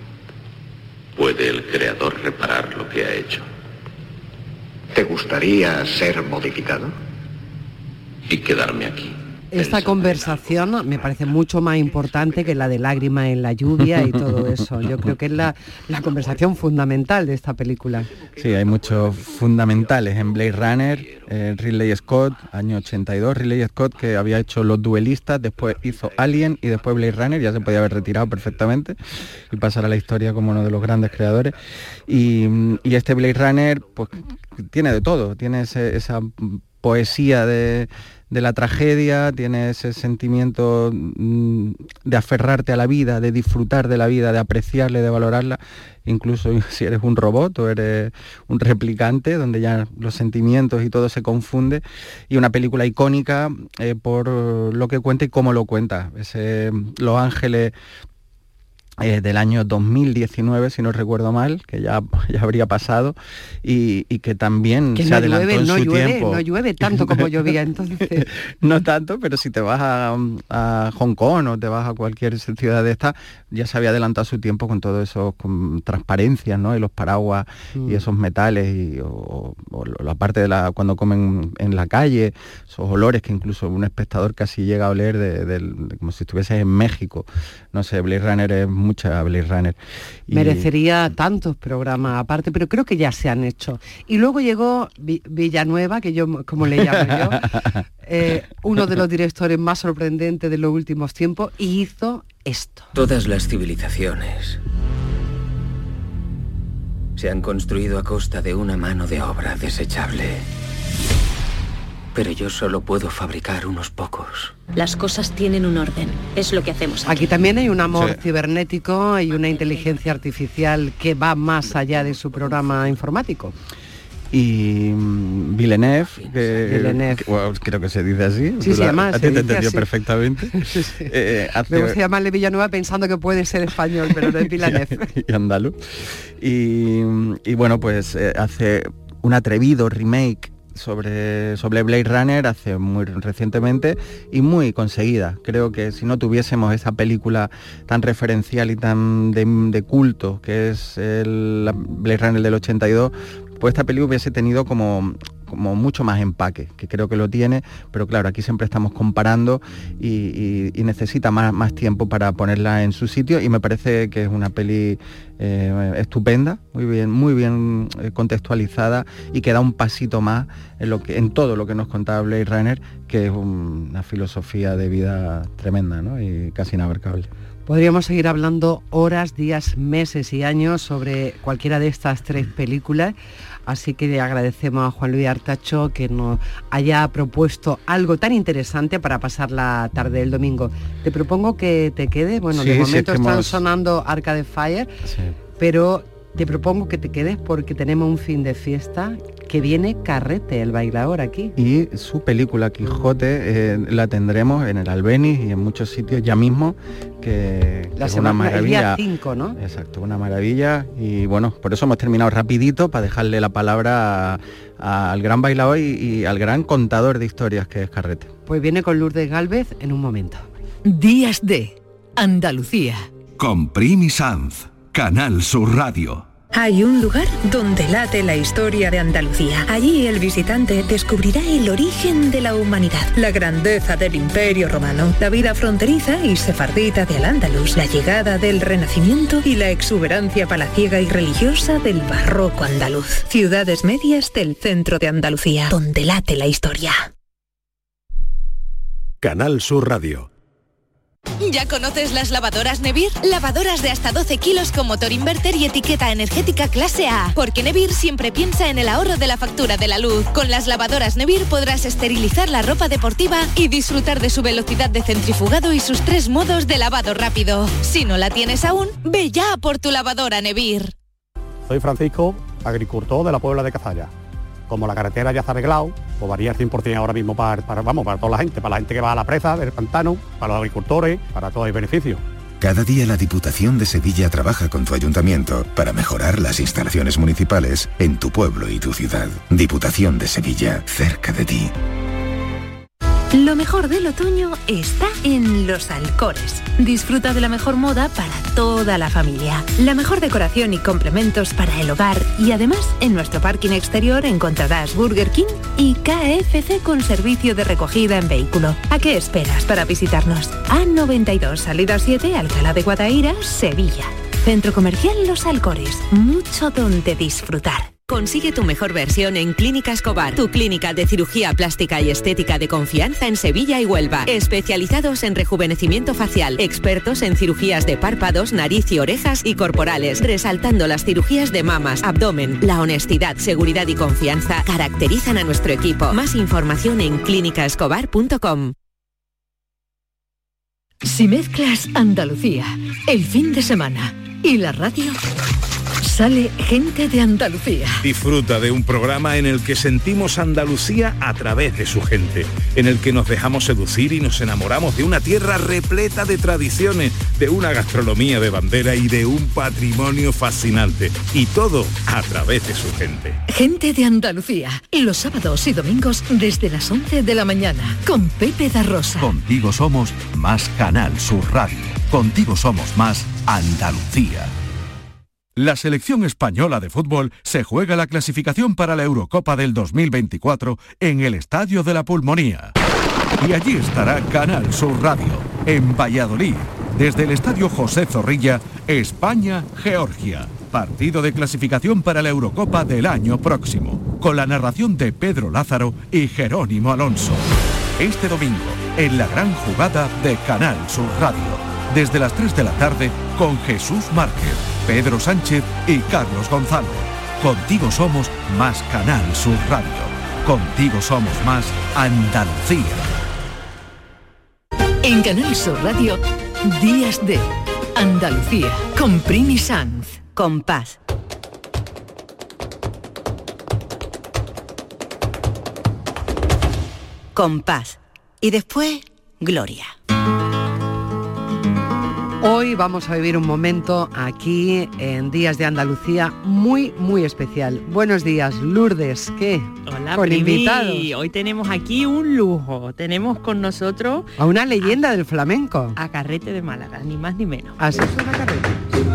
¿Puede el creador reparar lo que ha hecho? ¿Te gustaría ser modificado? Y quedarme aquí. Esta conversación me parece mucho más importante que la de Lágrima en la lluvia y todo eso. Yo creo que es la, la conversación fundamental de esta película. Sí, hay muchos fundamentales en Blade Runner. eh, Ridley Scott, año ochenta y dos, Ridley Scott, que había hecho Los Duelistas, después hizo Alien y después Blade Runner, ya se podía haber retirado perfectamente y pasar a la historia como uno de los grandes creadores. Y, y este Blade Runner pues tiene de todo, tiene ese, esa poesía de... de la tragedia, tiene ese sentimiento de aferrarte a la vida, de disfrutar de la vida, de apreciarla y de valorarla, incluso si eres un robot o eres un replicante, donde ya los sentimientos y todo se confunde, y una película icónica eh, por lo que cuenta y cómo lo cuenta. Ese Los Ángeles Eh, del año dos mil diecinueve, si no recuerdo mal, que ya, ya habría pasado, y, y que también que se no adelantó llueve, en no su llueve, tiempo. No llueve tanto como llovía entonces. No tanto, pero si te vas a, a Hong Kong o te vas a cualquier ciudad de esta, ya se había adelantado su tiempo con todo eso, con transparencias, ¿no? Y los paraguas mm. y esos metales, y, o, o la parte de la cuando comen en la calle, esos olores que incluso un espectador casi llega a oler de, de, de, como si estuvieses en México. No sé, Blade Runner es mucha Blade Runner. Y... merecería tantos programas aparte, pero creo que ya se han hecho. Y luego llegó Villanueva, que yo, como le llamo yo, eh, uno de los directores más sorprendentes de los últimos tiempos, y hizo esto. Todas las civilizaciones se han construido a costa de una mano de obra desechable. Pero yo solo puedo fabricar unos pocos. Las cosas tienen un orden, es lo que hacemos aquí. Aquí también hay un amor sí. cibernético y una inteligencia artificial que va más allá de su programa informático. Y Villeneuve, que, Villeneuve. que well, creo que se dice así. Sí, sí, además, a ti te entendió así. perfectamente. Sí, sí. Eh, hace... Me gusta llamarle Villanueva pensando que puede ser español, pero no es Villeneuve. y andaluz. Y, y bueno, pues eh, hace un atrevido remake sobre, sobre Blade Runner hace muy recientemente y muy conseguida. Creo que si no tuviésemos esa película tan referencial y tan de, de culto que es el Blade Runner del ochenta y dos, pues esta película hubiese tenido como, como mucho más empaque, que creo que lo tiene, pero claro, aquí siempre estamos comparando y, y, y necesita más, más tiempo para ponerla en su sitio, y me parece que es una peli eh, estupenda, muy bien, muy bien contextualizada, y que da un pasito más en, lo que, en todo lo que nos contaba Blade Runner, que es un, una filosofía de vida tremenda, ¿no? Y casi inabarcable. Podríamos seguir hablando horas, días, meses y años sobre cualquiera de estas tres películas, así que le agradecemos a Juan Luis Artacho que nos haya propuesto algo tan interesante para pasar la tarde del domingo. Te propongo que te quedes, bueno, sí, de momento si es que están hemos... sonando Arcade Fire, sí. pero te propongo que te quedes porque tenemos un fin de fiesta que viene Carrete, el bailador, aquí. Y su película Quijote eh, la tendremos en el Albéniz y en muchos sitios ya mismo, que, que la es semana, una maravilla. El día cinco, ¿no? Exacto, una maravilla. Y bueno, por eso hemos terminado rapidito para dejarle la palabra a, a, al gran bailador y, y al gran contador de historias que es Carrete. Pues viene con Lourdes Gálvez en un momento. Días de Andalucía. Con Primi Sanz, Canal Sur Radio. Hay un lugar donde late la historia de Andalucía. Allí el visitante descubrirá el origen de la humanidad, la grandeza del Imperio Romano, la vida fronteriza y sefardita de Al-Ándalus, la llegada del Renacimiento y la exuberancia palaciega y religiosa del barroco andaluz. Ciudades medias del centro de Andalucía, donde late la historia. Canal Sur Radio. ¿Ya conoces las lavadoras Nevir? Lavadoras de hasta doce kilos con motor inverter y etiqueta energética clase A. Porque Nevir siempre piensa en el ahorro de la factura de la luz. Con las lavadoras Nevir podrás esterilizar la ropa deportiva y disfrutar de su velocidad de centrifugado y sus tres modos de lavado rápido. Si no la tienes aún, ve ya por tu lavadora Nevir. Soy Francisco, agricultor de la Puebla de Cazalla. Como la carretera ya está arreglado, pues varía el cien por ciento ahora mismo para, para, vamos, para toda la gente, para la gente que va a la presa del pantano, para los agricultores, para todo el beneficio. Cada día la Diputación de Sevilla trabaja con tu ayuntamiento para mejorar las instalaciones municipales en tu pueblo y tu ciudad. Diputación de Sevilla, cerca de ti. Lo mejor del otoño está en Los Alcores. Disfruta de la mejor moda para toda la familia. La mejor decoración y complementos para el hogar. Y además, en nuestro parking exterior encontrarás Burger King y K F C con servicio de recogida en vehículo. ¿A qué esperas para visitarnos? A noventa y dos, salida siete, Alcalá de Guadaira, Sevilla. Centro Comercial Los Alcores. Mucho donde disfrutar. Consigue tu mejor versión en Clínica Escobar, tu clínica de cirugía plástica y estética de confianza en Sevilla y Huelva. Especializados en rejuvenecimiento facial, expertos en cirugías de párpados, nariz y orejas y corporales, resaltando las cirugías de mamas, abdomen. La honestidad, seguridad y confianza caracterizan a nuestro equipo. Más información en clínica escobar punto com. Si mezclas Andalucía, el fin de semana y la radio, sale Gente de Andalucía. Disfruta de un programa en el que sentimos Andalucía a través de su gente, en el que nos dejamos seducir y nos enamoramos de una tierra repleta de tradiciones, de una gastronomía de bandera y de un patrimonio fascinante. Y todo a través de su gente. Gente de Andalucía, los sábados y domingos desde las once de la mañana, con Pepe da Rosa. Contigo somos más Canal Sur Radio. Contigo somos más Andalucía. La selección española de fútbol se juega la clasificación para la Eurocopa del dos mil veinticuatro en el Estadio de la Pulmonía. Y allí estará Canal Sur Radio, en Valladolid, desde el Estadio José Zorrilla, España-Georgia. Partido de clasificación para la Eurocopa del año próximo, con la narración de Pedro Lázaro y Jerónimo Alonso. Este domingo, en la gran jugada de Canal Sur Radio, desde las tres de la tarde, con Jesús Márquez, Pedro Sánchez y Carlos Gonzalo. Contigo somos más Canal Sur Radio. Contigo somos más Andalucía. En Canal Sur Radio, Días de Andalucía, con Primi Sanz. Compás. Compás. Y después, Gloria. Hoy vamos a vivir un momento aquí en Días de Andalucía muy, muy especial. Buenos días, Lourdes. ¿Qué? Hola, con Primi. invitados. Hoy tenemos aquí un lujo. Tenemos con nosotros a una leyenda a, del flamenco. A Carrete de Málaga, ni más ni menos. Así suena Carrete.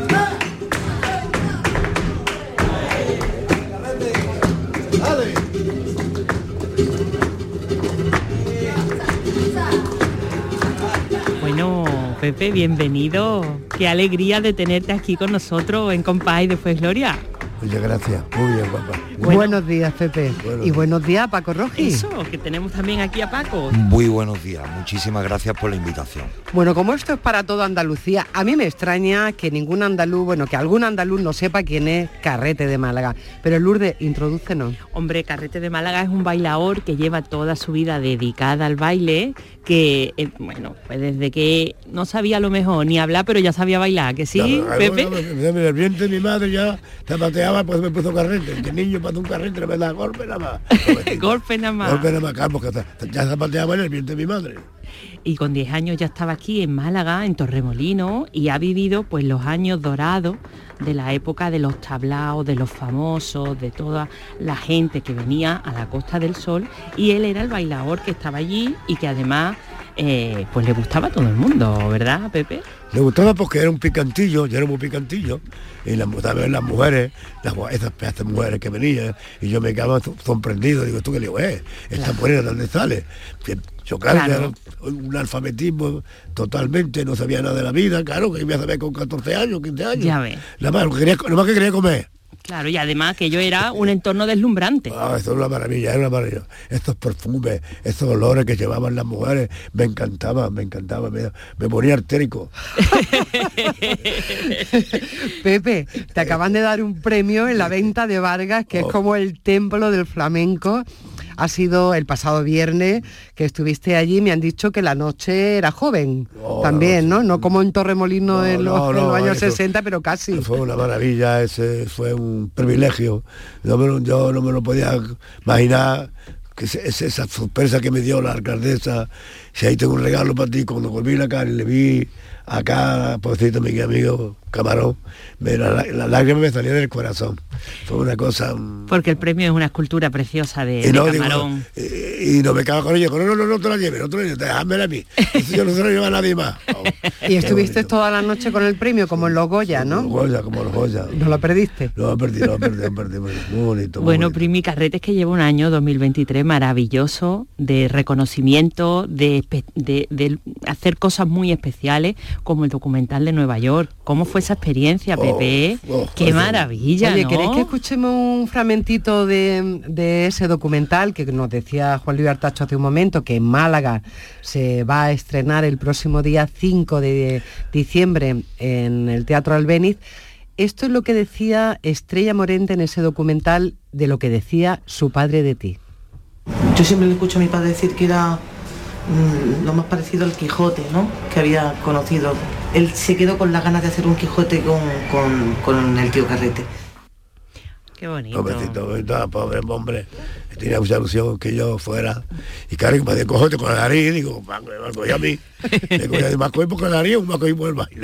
Bueno, Pepe, bienvenido. Qué alegría de tenerte aquí con nosotros en Compás y después Gloria. Muchas gracias, muy bien, papá. Bueno, buenos días, Pepe. Buenos y días. Buenos días, Paco Roji. Eso, que tenemos también aquí a Paco. Muy buenos días, muchísimas gracias por la invitación. Bueno, como esto es para toda Andalucía, a mí me extraña que ningún andaluz, bueno, que algún andaluz no sepa quién es Carrete de Málaga. Pero Lourdes, introdúcenos. Hombre, Carrete de Málaga es un bailaor que lleva toda su vida dedicada al baile, que, eh, bueno, pues desde que no sabía a lo mejor ni hablar, pero ya sabía bailar, ¿que sí, no, Pepe? No, no, no, el vientre de mi madre ya te pateaba, pues me puso carrete. El niño para un carrete no me da golpe nada más. Golpe nada más. Golpe nada más, Carlos, que ya se pateaba en el vientre de mi madre. Y con diez años ya estaba aquí en Málaga, en Torremolinos, y ha vivido pues los años dorados de la época de los tablaos, de los famosos, de toda la gente que venía a la Costa del Sol, y él era el bailador que estaba allí y que además eh, pues le gustaba a todo el mundo, ¿verdad, Pepe? Le gustaba porque era un picantillo, yo era muy picantillo, y las, también las mujeres, las, esas pedazos de mujeres que venían, y yo me quedaba sorprendido, digo, ¿tú qué le digo? Eh, esta claro. Mujer, ¿de dónde sale? Yo, claro, claro. Era un alfabetismo totalmente, no sabía nada de la vida, claro, que iba a saber con catorce años, quince años. Ya ves. Nada más, quería, nada más que quería comer. Claro, y además que yo era un entorno deslumbrante. Ah, eso es una maravilla, es una maravilla. Estos perfumes, estos olores que llevaban las mujeres, me encantaban, me encantaban, me, me ponía artérico. Pepe, te acaban de dar un premio en la venta de Vargas, que oh. es como el templo del flamenco. Ha sido el pasado viernes que estuviste allí, me han dicho que la noche era joven, oh, también, ¿no? No como en Torremolinos no, en, los, no, no, en los años eso, sesenta, pero casi. Fue una maravilla, ese fue un privilegio. Yo, me, yo no me lo podía imaginar, que es, es esa sorpresa que me dio la alcaldesa. Si ahí tengo un regalo para ti, cuando volví la cara y le vi acá, pobrecito mi amigo Camarón, me, la, la lágrima me salía del corazón. Fue una cosa... Porque el premio es una escultura preciosa de, de no, Camarón. Digo, y, y no me cago con ella, no, no, no, no te la lleves, no te la lleves, déjamela a mí. Eso yo no se lo llevo a nadie más. Oh, y estuviste toda la noche con el premio, como en los Goya, ¿no? Como los Goya, como los Goya. ¿No lo perdiste? No lo perdí, no lo perdí, lo perdí, muy bonito. Muy bueno, bonito. Primi Carrete es que lleva un año dos mil veintitrés maravilloso, de reconocimiento, de, de, de hacer cosas muy especiales, como el documental de Nueva York. ¿Cómo fue esa experiencia, Pepe? Oh, oh, ¡qué maravilla! Oye, ¿no? ¿queréis que escuchemos un fragmentito de, de ese documental que nos decía Juan Luis Artacho hace un momento, que en Málaga se va a estrenar el próximo día cinco de diciembre en el Teatro Albéniz? Esto es lo que decía Estrella Morente en ese documental de lo que decía su padre de ti. Yo siempre le escucho a mi padre decir que era mmm, lo más parecido al Quijote, ¿no?, que había conocido. Él se quedó con las ganas de hacer un Quijote con, con, con el tío Carrete. Qué bonito. Pobrecito, pobrecito, pobre hombre, tenía mucha ilusión que yo fuera. Y claro, que me hacía Quijote con la nariz, digo, me cogí a mí. Me cogí a mí, más cogí por la nariz, más cogí por el baile.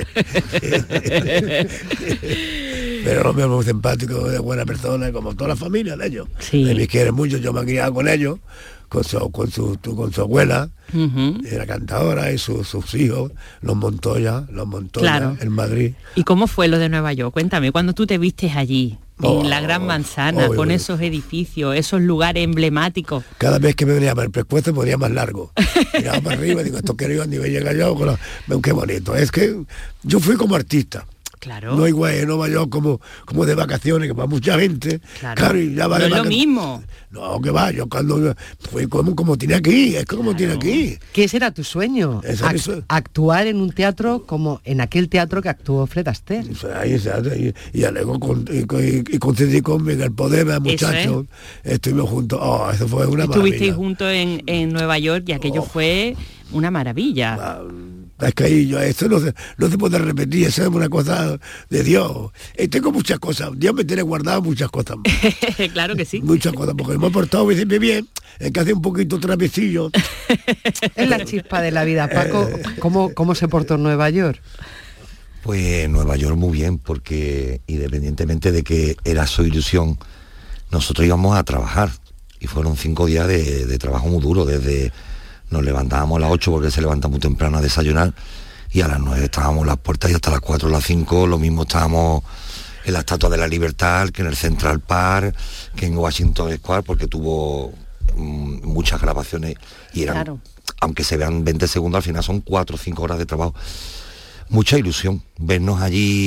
Pero el hombre es muy simpático, de buena persona, como toda la familia de ellos. Sí. Me quieren mucho, yo me he criado con ellos, con su, con su, con su abuela, uh-huh. Era cantadora, y su, sus hijos, los Montoya, los Montoya, claro. En Madrid. ¿Y cómo fue lo de Nueva York? Cuéntame, cuando tú te vistes allí, oh, en la Gran Manzana, oh, oh, con oh, esos edificios, esos lugares emblemáticos. Cada vez que me venía el pescuezo me ponía más largo. Miraba para arriba, digo, esto quiero yo, ni me llega yo, con la... qué bonito. Es que yo fui como artista. Claro. No igual en Nueva York como, como de vacaciones, que va mucha gente. Claro, claro y ya va no de es lo mismo. No, que va, yo cuando fui como, como tiene aquí, es como claro. Tiene aquí. ¿Qué ese era tu sueño? Act- sueño? Actuar en un teatro como en aquel teatro que actuó Fred Astaire. Ahí, y, y ya luego con, y, y, y coincidí con Miguel Podema, muchachos. Es. Estuvimos juntos. Oh, eso fue una maravilla. Estuvisteis juntos en, en Nueva York y aquello oh. fue una maravilla. Ah, es que ahí yo, esto no se, no se puede repetir, eso es una cosa de Dios. Y tengo muchas cosas, Dios me tiene guardado muchas cosas. Claro que sí. Muchas cosas, porque me he portado siempre bien, es que hace un poquito travesillo. Es la chispa de la vida, Paco. ¿Cómo, cómo se portó en Nueva York? Pues en Nueva York muy bien, porque independientemente de que era su ilusión, nosotros íbamos a trabajar. Y fueron cinco días de, de trabajo muy duro, desde... Nos levantábamos a las ocho porque se levanta muy temprano a desayunar y a las nueve estábamos en las puertas y hasta las cuatro o las cinco lo mismo estábamos en la Estatua de la Libertad, que en el Central Park, que en Washington Square, porque tuvo mmm, muchas grabaciones y eran, claro. Aunque se vean veinte segundos, al final son cuatro o cinco horas de trabajo. Mucha ilusión vernos allí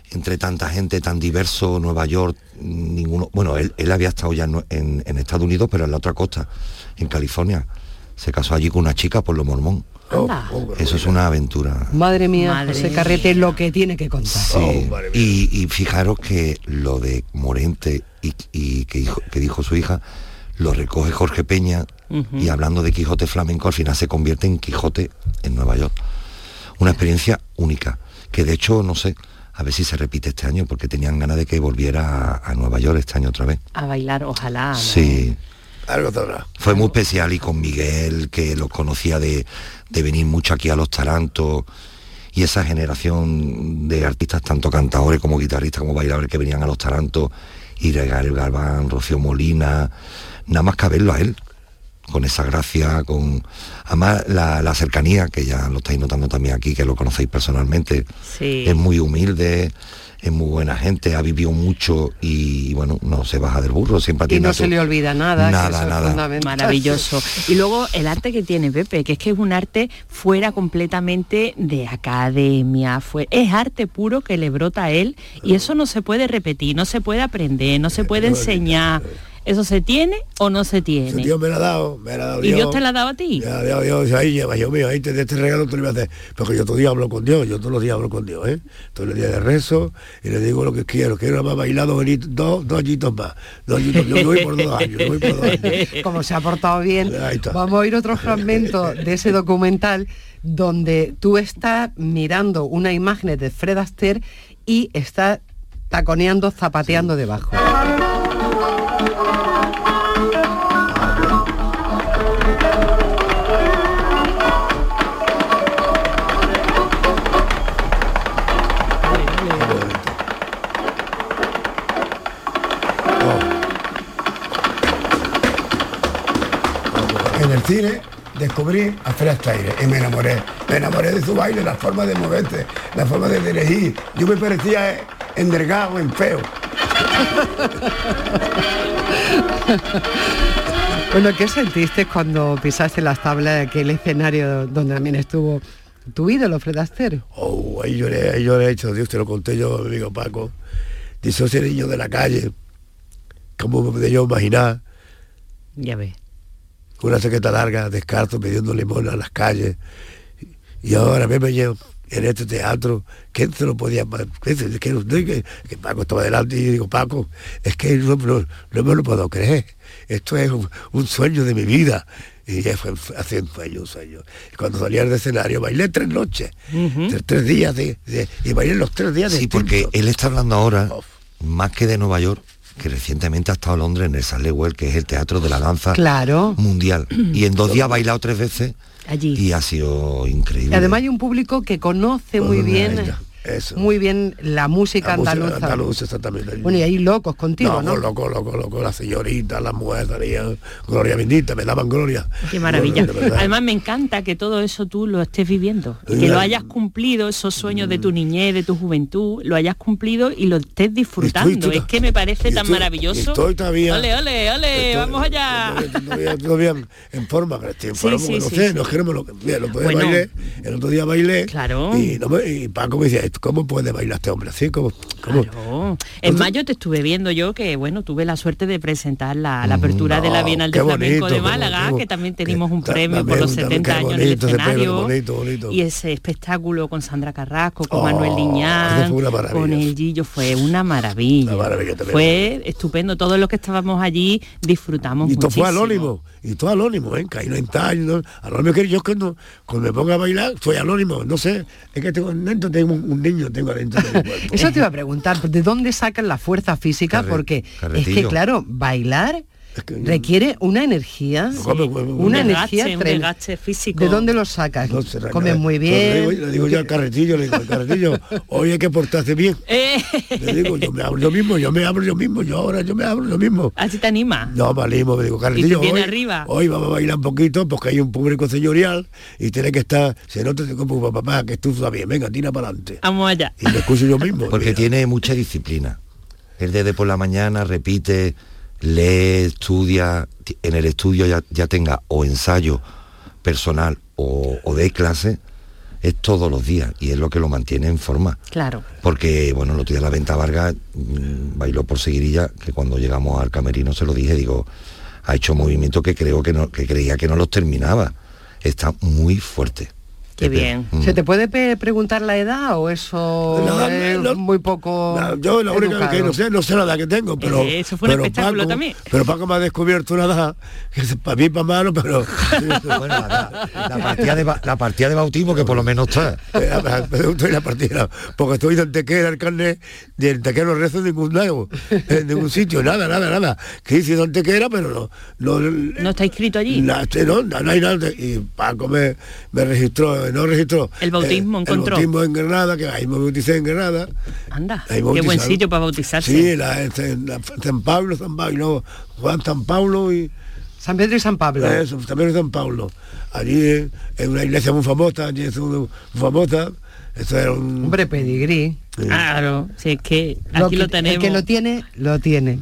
entre tanta gente tan diverso, Nueva York, ninguno, bueno, él, él había estado ya en, en, en Estados Unidos, pero en la otra costa, en California. Se casó allí con una chica por lo mormón. Oh, oh, Eso es una aventura. Madre mía, Madre José Carrete, lo que tiene que contar. Sí, oh, y, y fijaros que lo de Morente y, y que, hijo, que dijo su hija, lo recoge Jorge Peña, uh-huh. y hablando de Quijote flamenco, al final se convierte en Quijote en Nueva York. Una experiencia única, que de hecho, no sé, a ver si se repite este año, porque tenían ganas de que volviera a, a Nueva York este año otra vez. A bailar, ojalá, ¿no? Sí. Algo tendrá. Fue muy especial, y con Miguel, que los conocía de, de venir mucho aquí a los Tarantos, y esa generación de artistas, tanto cantadores como guitarristas como bailadores, que venían a los Tarantos, y Gael Galván, Rocío Molina, nada más que verlo a él, con esa gracia, con además la, la cercanía, que ya lo estáis notando también aquí, que lo conocéis personalmente. Sí. Es muy humilde, es muy buena gente, ha vivido mucho y bueno, no se baja del burro, siempre y tiene no se le olvida nada, nada, que eso nada. Es fundamental. Maravilloso. Y luego el arte que tiene Pepe, que es que es un arte fuera completamente de academia, fue, es arte puro que le brota a él, y eso no se puede repetir, no se puede aprender, no se puede enseñar. ¿Eso se tiene o no se tiene? Dios me lo ha dado, me lo ha dado ¿Y Dios. Dios te la ha dado a ti? Ya, Dios, Dios, ahí lleva, yo mío, ahí te de este regalo te lo voy a hacer. Porque yo todos los días hablo con Dios, yo todos los días hablo con Dios, ¿eh? Todos los días de rezo y le digo lo que quiero. Quiero más bailar dos, dos, dos añitos más. Dos añitos, yo voy por dos años, yo voy por dos años. Como se ha portado bien, vamos a oír otro fragmento de ese documental donde tú estás mirando una imagen de Fred Astaire y estás taconeando, zapateando sí. debajo. En el cine descubrí a Fred Astaire y me enamoré. Me enamoré de su baile, la forma de moverse, la forma de dirigir. Yo me parecía endergado, en feo. Bueno, ¿qué sentiste cuando pisaste las tablas de aquel escenario donde también estuvo tu ídolo, Fred Astaire? Oh, ahí lloré, ahí lloré, hecho, Dios, te lo conté yo a mi amigo Paco. Dice, ese niño de la calle, ¿cómo me podía yo imaginar? Ya ves. Una chaqueta larga, descalzo, pidiendo limón a las calles. Y ahora me llevo en este teatro, ¿quién se lo podía? Que, que, que, que Paco estaba delante y digo, Paco, es que no, no, no me lo puedo creer. Esto es un, un sueño de mi vida. Y ya fue hace un sueño, un sueño. Y cuando salí al escenario, bailé tres noches, uh-huh. tres, tres días de, de, y bailé los tres días de Sí, distintos. porque él está hablando ahora, oh. más que de Nueva York, que recientemente ha estado en Londres en el San Well, que es el teatro de la danza claro. mundial. Y en dos días ha bailado tres veces allí. Y ha sido increíble. Y además hay un público que conoce muy oh, bien... Ella. Eso. Muy bien la música la andaluza. Música andaluza, exactamente. Bueno, y ahí locos contigo, ¿no? ¿no? Loco, loco, loco, las señoritas, las mujeres salían, gloria bendita, me daban gloria. Qué maravilla. Gloria, además me encanta que todo eso tú lo estés viviendo, y que lo hayas cumplido, esos sueños de tu niñez, de tu juventud, lo hayas cumplido y lo estés disfrutando. Estoy, es que me parece tan estoy, maravilloso. Estoy todavía. Ole, ole, ole, estoy, vamos allá. Estoy todavía, todavía en forma, que estoy en forma, sí, sí, no sí, sé, sí. no quiero lo que. Mira, el otro día bueno, bailé, el otro día bailé. Claro. Y, no me, y Paco me decía, ¿cómo puede bailar este hombre así? como claro. En mayo te estuve viendo yo que bueno tuve la suerte de presentar la, la apertura no, de la Bienal de Flamenco bonito, de Málaga, qué, que también tenemos un premio también, por los setenta años bonito, en el escenario bonito, bonito. Y ese espectáculo con Sandra Carrasco, con oh, Manuel Liñán, con el Gillo, fue una maravilla, una maravilla fue estupendo, todos los que estábamos allí disfrutamos y muchísimo. Y todo fue anónimo, y todo anónimo, ¿eh? Caí no en tallo, anónimo, que yo cuando, cuando me ponga a bailar soy anónimo, no sé, es que tengo dentro tengo un, un niño, tengo adentro de mi cuerpo. Eso te iba a preguntar, ¿de dónde sacan la fuerza física? Carre, Porque carretillo. Es que, claro, bailar es que, requiere una energía, sí. una un energía desgaste, un desgaste físico. ¿De dónde lo sacas? No sé, comes muy bien. Le digo, le digo yo al carretillo, le digo al carretillo, oye, hay que portarse bien. Eh. Le digo, yo me hablo yo mismo, yo me hablo yo mismo, yo ahora yo me hablo yo mismo. ¿Así te anima? No, me animo, me digo, carretillo, hoy, arriba? hoy vamos a bailar un poquito porque hay un público señorial y tiene que estar, se nota como papá, que tú estás bien, venga, tira para adelante. Vamos allá. Y me escucho yo mismo. Porque mira. Tiene mucha disciplina. Él desde por la mañana repite, lee, estudia, en el estudio ya, ya tenga o ensayo personal o, o de clase, es todos los días y es lo que lo mantiene en forma. Claro. Porque, bueno, el otro día la Venta Vargas mmm, bailó por seguirilla, que cuando llegamos al camerino se lo dije, digo, ha hecho movimientos que creo que no, que creía que no los terminaba. Está muy fuerte. Qué bien. Mm. ¿Se te puede pe- preguntar la edad o eso No, es no, muy poco no, yo la única educado? que no sé, no sé la edad que tengo, pero... Eh, eso fue un pero espectáculo Paco, también. Pero Paco me ha descubierto una edad, que es para mí, para malo, pero... Bueno, la, la, partida de, ba- la partida de bautismo que por lo menos está. Estoy la partida, porque estoy de Antequera, el carnet, de Antequera no rezo en ningún lado, en ningún sitio, nada, nada, nada. Que hice de Antequera, pero no... No, ¿No está inscrito allí? Na, no, no, no hay nada. Y Paco me, me registró, no registró... El bautismo eh, encontró. El bautismo en Granada, que ahí me bauticé en Granada. Anda, Ahí qué buen bautizaron. sitio para bautizarse. Sí, la, este, la- San Pablo, San Pablo, y luego Juan San Pablo y... San Pedro y San Pablo. Eso, San Pedro y San Pablo. Allí, en una iglesia muy famosa, allí es muy famosa. Eso era un... Hombre, pedigrí. Claro, si es que Lo aquí que- lo tenemos. El que lo tiene, lo tiene.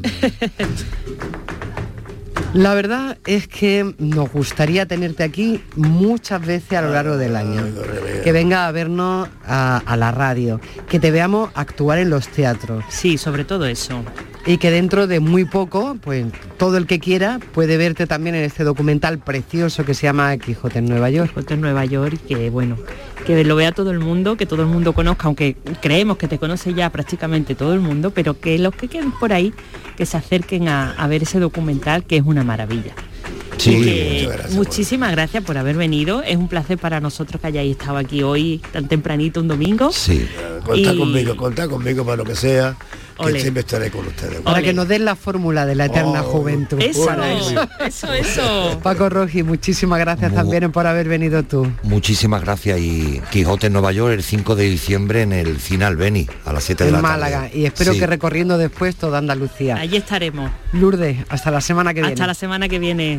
La verdad es que nos gustaría tenerte aquí muchas veces a lo largo del año. Que venga a vernos a, a la radio, que te veamos actuar en los teatros. Sí, sobre todo eso. Y que dentro de muy poco, pues todo el que quiera puede verte también en este documental precioso que se llama Quijote en Nueva York. Quijote en Nueva York, que bueno, que lo vea todo el mundo, que todo el mundo conozca, aunque creemos que te conoce ya prácticamente todo el mundo, pero que los que queden por ahí, que se acerquen a, a ver ese documental, que es una maravilla. Sí, Y que muchas gracias, muchísimas gracias por haber venido. Es un placer para nosotros que hayáis estado aquí hoy tan tempranito un domingo. Sí. Contá Y- conmigo, contá conmigo para lo que sea, que Ole. siempre estaré con ustedes. Para Ole. que nos den la fórmula de la eterna Oh, juventud. Eso, Bueno, eso, eso. Paco Rogi, muchísimas gracias Mu- también por haber venido tú. Muchísimas gracias. Y Quijote en Nueva York el cinco de diciembre en el Cine Albeni a las siete de En la Málaga. tarde. Y espero Sí. que recorriendo después toda Andalucía. Allí estaremos. Lourdes, hasta la semana que viene. Hasta la semana que viene.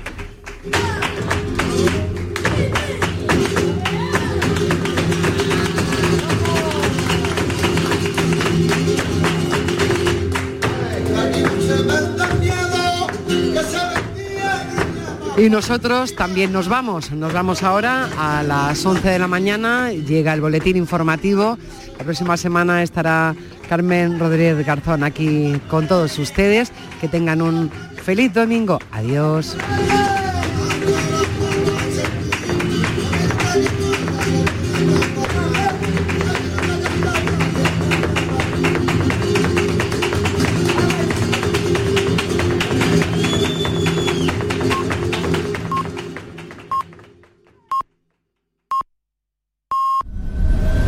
Y nosotros también nos vamos, nos vamos ahora a las once de la mañana, llega el boletín informativo, la próxima semana estará Carmen Rodríguez Garzón aquí con todos ustedes, que tengan un feliz domingo, adiós.